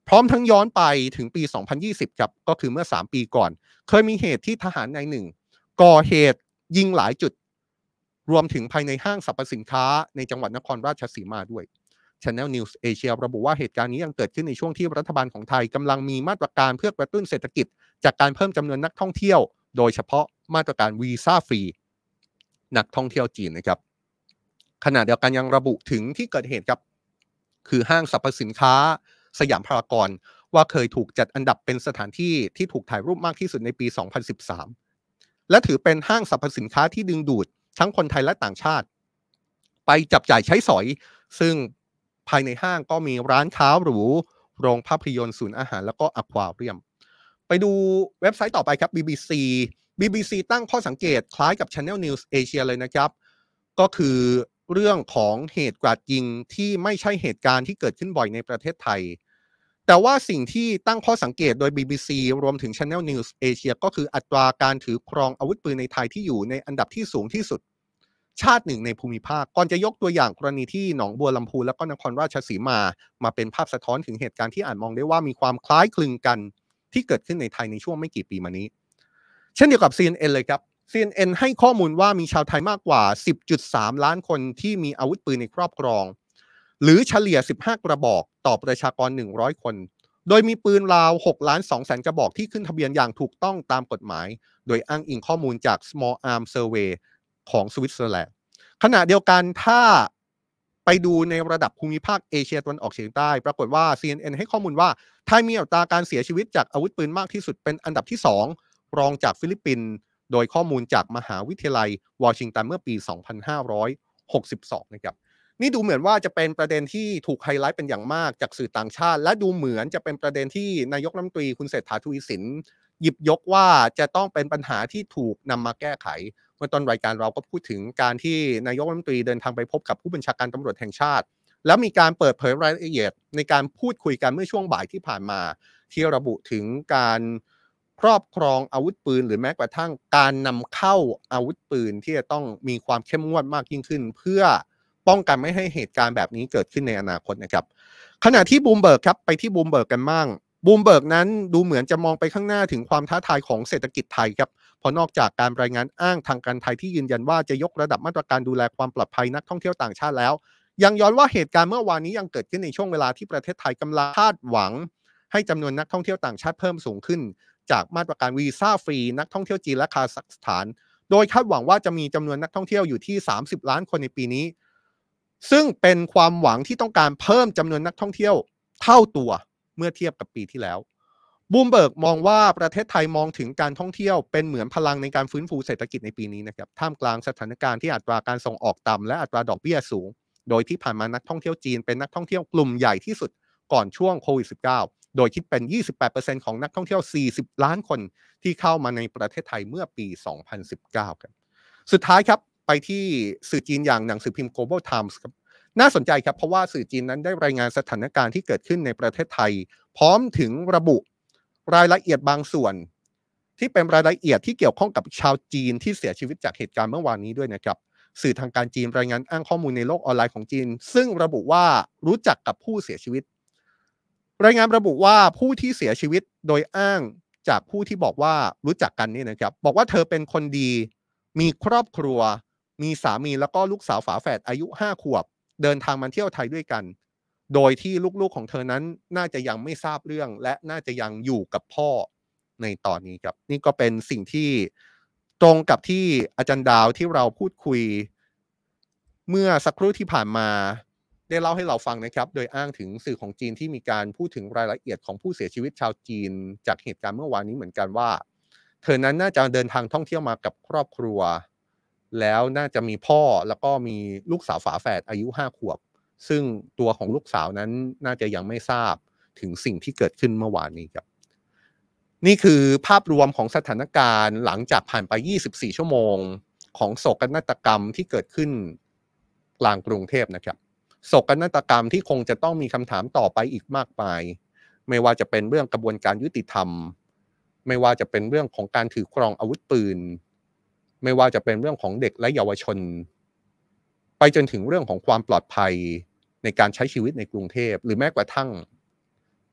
พร้อมทั้งย้อนไปถึงปีสองพันยี่สิบครับก็คือเมื่อสามปีก่อนเคยมีเหตุที่ทหารนายหนึ่งก่อเหตุยิงหลายจุดรวมถึงภายในห้างสรรพสินค้าในจังหวัดนครราชสีมาด้วย Channel News Asia ระบุว่าเหตุการณ์นี้ยังเกิดขึ้นในช่วงที่รัฐบาลของไทยกำลังมีมาตรการเพื่อกระตุ้นเศรษฐกิจจากการเพิ่มจำนวนนักท่องเที่ยวโดยเฉพาะมาตรการวีซ่าฟรีนักท่องเที่ยวจีนนะครับขณะเดียวกันยังระบุถึงที่เกิดเหตุครับคือห้างสรรพสินค้าสยามพารากอนว่าเคยถูกจัดอันดับเป็นสถานที่ที่ถูกถ่ายรูปมากที่สุดในปีสองพันสิบสามและถือเป็นห้างสรรพสินค้าที่ดึงดูดทั้งคนไทยและต่างชาติไปจับจ่ายใช้สอยซึ่งภายในห้างก็มีร้านค้าหรูโรงภาพยนตร์ศูนย์อาหารแล้วก็อควาเรียมไปดูเว็บไซต์ต่อไปครับ บี บี ซี บี บี ซี ตั้งข้อสังเกตคล้ายกับ Channel News Asia เลยนะครับก็คือเรื่องของเหตุกราดยิงที่ไม่ใช่เหตุการณ์ที่เกิดขึ้นบ่อยในประเทศไทยแต่ว่าสิ่งที่ตั้งข้อสังเกตโดย บี บี ซี รวมถึง Channel News Asia ก็คืออัตราการถือครองอาวุธปืนในไทยที่อยู่ในอันดับที่สูงที่สุดชาติหนึ่งในภูมิภาคก่อนจะยกตัวอย่างกรณีที่หนองบัวลำพูและก็นครราชสีมามาเป็นภาพสะท้อนถึงเหตุการณ์ที่อาจมองได้ว่ามีความคล้ายคลึงกันที่เกิดขึ้นในไทยในช่วงไม่กี่ปีมานี้เช่นเดียวกับ ซี เอ็น เอ็น เลยครับ ซี เอ็น เอ็น ให้ข้อมูลว่ามีชาวไทยมากกว่า สิบจุดสาม ล้านคนที่มีอาวุธปืนในครอบครองหรือเฉลี่ยสิบห้ากระบอกต่อประชากรหนึ่งร้อยคนโดยมีปืนราวหกล้านสองแสนกระบอกที่ขึ้นทะเบียนอย่างถูกต้องตามกฎหมายโดยอ้างอิงข้อมูลจาก Small Arms Survey ของสวิตเซอร์แลนด์ขณะเดียวกันถ้าไปดูในระดับภูมิภาคเอเชียตะวันออกเฉียงใต้ปรากฏว่า ซี เอ็น เอ็น ให้ข้อมูลว่าไทยมีอัตราการเสียชีวิตจากอาวุธปืนมากที่สุดเป็นอันดับที่สองรองจากฟิลิปปินส์โดยข้อมูลจากมหาวิทยาลัยวอชิงตันเมื่อปีสองพันห้าร้อยหกสิบสองนะครับนี่ดูเหมือนว่าจะเป็นประเด็นที่ถูกไฮไลท์เป็นอย่างมากจากสื่อต่างชาติและดูเหมือนจะเป็นประเด็นที่นายกรัฐมนตรีคุณเศรษฐาทวีสินหยิบยกว่าจะต้องเป็นปัญหาที่ถูกนำมาแก้ไขเมื่อต้นรายการเราก็พูดถึงการที่นายกรัฐมนตรีเดินทางไปพบกับผู้บัญชาการตำรวจแห่งชาติแล้วมีการเปิดเผยรายละเอียดในการพูดคุยกันเมื่อช่วงบ่ายที่ผ่านมาที่ระบุถึงการครอบครองอาวุธปืนหรือแม้กระทั่งการนำเข้าอาวุธปืนที่จะต้องมีความเข้มงวดมากยิ่งขึ้นเพื่อป้องกันไม่ให้เหตุการณ์แบบนี้เกิดขึ้นในอนาคตนะครับขณะที่บูมเบิร์กครับไปที่บูมเบิร์กกันบ้างบูมเบิร์กนั้นดูเหมือนจะมองไปข้างหน้าถึงความท้าทายของเศรษฐกิจไทยครับเพราะนอกจากการรายงานอ้างทางการไทยที่ยืนยันว่าจะยกระดับมาตรการดูแลความปลอดภัยนักท่องเที่ยวต่างชาติแล้วยังย้อนว่าเหตุการณ์เมื่อวานนี้ยังเกิดขึ้นในช่วงเวลาที่ประเทศไทยกำลังคาดหวังให้จำนวนนักท่องเที่ยวต่างชาติเพิ่มสูงขึ้นจากมาตรการวีซ่าฟรีนักท่องเที่ยวจีนและคาซัคสถานโดยคาดหวังว่าจะมีจำนวนนักท่องเที่ยวอยู่ที่สามสิบล้านคนในปีนี้ซึ่งเป็นความหวังที่ต้องการเพิ่มจำนวนนักท่องเที่ยวเท่าตัวเมื่อเทียบกับปีที่แล้วบูมเบิร์กมองว่าประเทศไทยมองถึงการท่องเที่ยวเป็นเหมือนพลังในการฟื้นฟูเศรษฐกิจในปีนี้นะครับท่ามกลางสถานการณ์ที่อัตราการส่งออกต่ำและอัตราดอกเบี้ยสูงโดยที่ผ่านมานักท่องเที่ยวจีนเป็นนักท่องเที่ยวกลุ่มใหญ่ที่สุดก่อนช่วงโควิด สิบเก้า โดยคิดเป็น ยี่สิบแปดเปอร์เซ็นต์ ของนักท่องเที่ยวสี่สิบล้านคนที่เข้ามาในประเทศไทยเมื่อปีสองพันสิบเก้าครับสุดท้ายครับไปที่สื่อจีนอย่างหนังสือพิมพ์ Global Times ครับน่าสนใจครับเพราะว่าสื่อจีนนั้นได้รายงานสถานการณ์ที่เกิดขึ้นในประเทศไทยพร้อมถึงระบุรายละเอียดบางส่วนที่เป็นรายละเอียดที่เกี่ยวข้องกับชาวจีนที่เสียชีวิตจากเหตุการณ์เมื่อวานนี้ด้วยนะครับสื่อทางการจีนรายงานอ้างข้อมูลในโลกออนไลน์ของจีนซึ่งระบุว่ารู้จักกับผู้เสียชีวิตรายงานระบุว่าผู้ที่เสียชีวิตโดยอ้างจากผู้ที่บอกว่ารู้จักกันนี่นะครับบอกว่าเธอเป็นคนดีมีครอบครัวมีสามีแล้วก็ลูกสาวฝาแฝดอายุห้าขวบเดินทางมาเที่ยวไทยด้วยกันโดยที่ลูกๆของเธอนั้นน่าจะยังไม่ทราบเรื่องและน่าจะยังอยู่กับพ่อในตอนนี้ครับนี่ก็เป็นสิ่งที่ตรงกับที่อาจารย์ดาวที่เราพูดคุยเมื่อสักครู่ที่ผ่านมาได้เล่าให้เราฟังนะครับโดยอ้างถึงสื่อของจีนที่มีการพูดถึงรายละเอียดของผู้เสียชีวิตชาวจีนจากเหตุการณ์เมื่อวานนี้เหมือนกันว่าเธอนั้นน่าจะเดินทางท่องเที่ยวมากับครอบครัวแล้วน่าจะมีพ่อแล้วก็มีลูกสาวฝาแฝดอายุห้าขวบซึ่งตัวของลูกสาวนั้นน่าจะยังไม่ทราบถึงสิ่งที่เกิดขึ้นเมื่อวานนี้ครับนี่คือภาพรวมของสถานการณ์หลังจากผ่านไปยี่สิบสี่ชั่วโมงของโศกนาฏกรรมที่เกิดขึ้นกลางกรุงเทพนะครับโศกนาฏกรรมที่คงจะต้องมีคำถามต่อไปอีกมากมายไม่ว่าจะเป็นเรื่องกระบวนการยุติธรรมไม่ว่าจะเป็นเรื่องของการถือครองอาวุธปืนไม่ว่าจะเป็นเรื่องของเด็กและเยาวชนไปจนถึงเรื่องของความปลอดภัยในการใช้ชีวิตในกรุงเทพหรือแม้กระทั่ง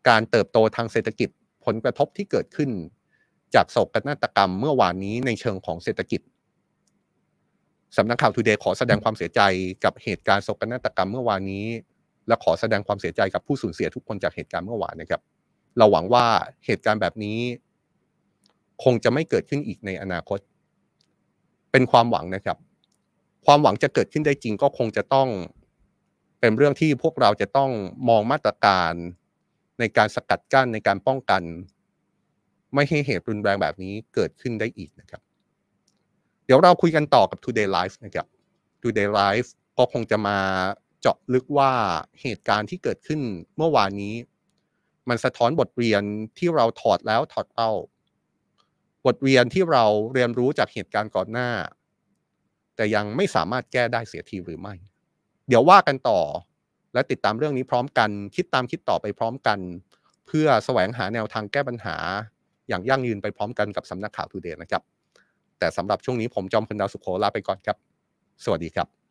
การเติบโตทางเศรษฐกิจผลกระทบที่เกิดขึ้นจากโศกนาฏกรรมเมื่อวานนี้ในเชิงของเศรษฐกิจสำนักข่าว Today ขอแสดงความเสียใจกับเหตุการณ์โศกนาฏกรรมเมื่อวานนี้และขอแสดงความเสียใจกับผู้สูญเสียทุกคนจากเหตุการณ์เมื่อวานนะครับเราหวังว่าเหตุการณ์แบบนี้คงจะไม่เกิดขึ้นอีกในอนาคตเป็นความหวังนะครับความหวังจะเกิดขึ้นได้จริงก็คงจะต้องเป็นเรื่องที่พวกเราจะต้องมองมาตรการในการสกัดกั้นในการป้องกันไม่ให้เหตุรุนแรงแบบนี้เกิดขึ้นได้อีกนะครับเดี๋ยวเราคุยกันต่อกับ Today Live นะครับ Today Live ก็คงจะมาเจาะลึกว่าเหตุการณ์ที่เกิดขึ้นเมื่อวานนี้มันสะท้อนบทเรียนที่เราถอดแล้วถอดเล่าบทเรียนที่เราเรียนรู้จากเหตุการณ์ก่อนหน้าแต่ยังไม่สามารถแก้ได้เสียทีหรือไม่เดี๋ยวว่ากันต่อและติดตามเรื่องนี้พร้อมกันคิดตามคิดต่อไปพร้อมกันเพื่อแสวงหาแนวทางแก้ปัญหาอย่างยั่งยืนไปพร้อมกันกับสำนักข่าว Today นะครับแต่สำหรับช่วงนี้ผมจอมพลดาวสุโขลาไปก่อนครับสวัสดีครับ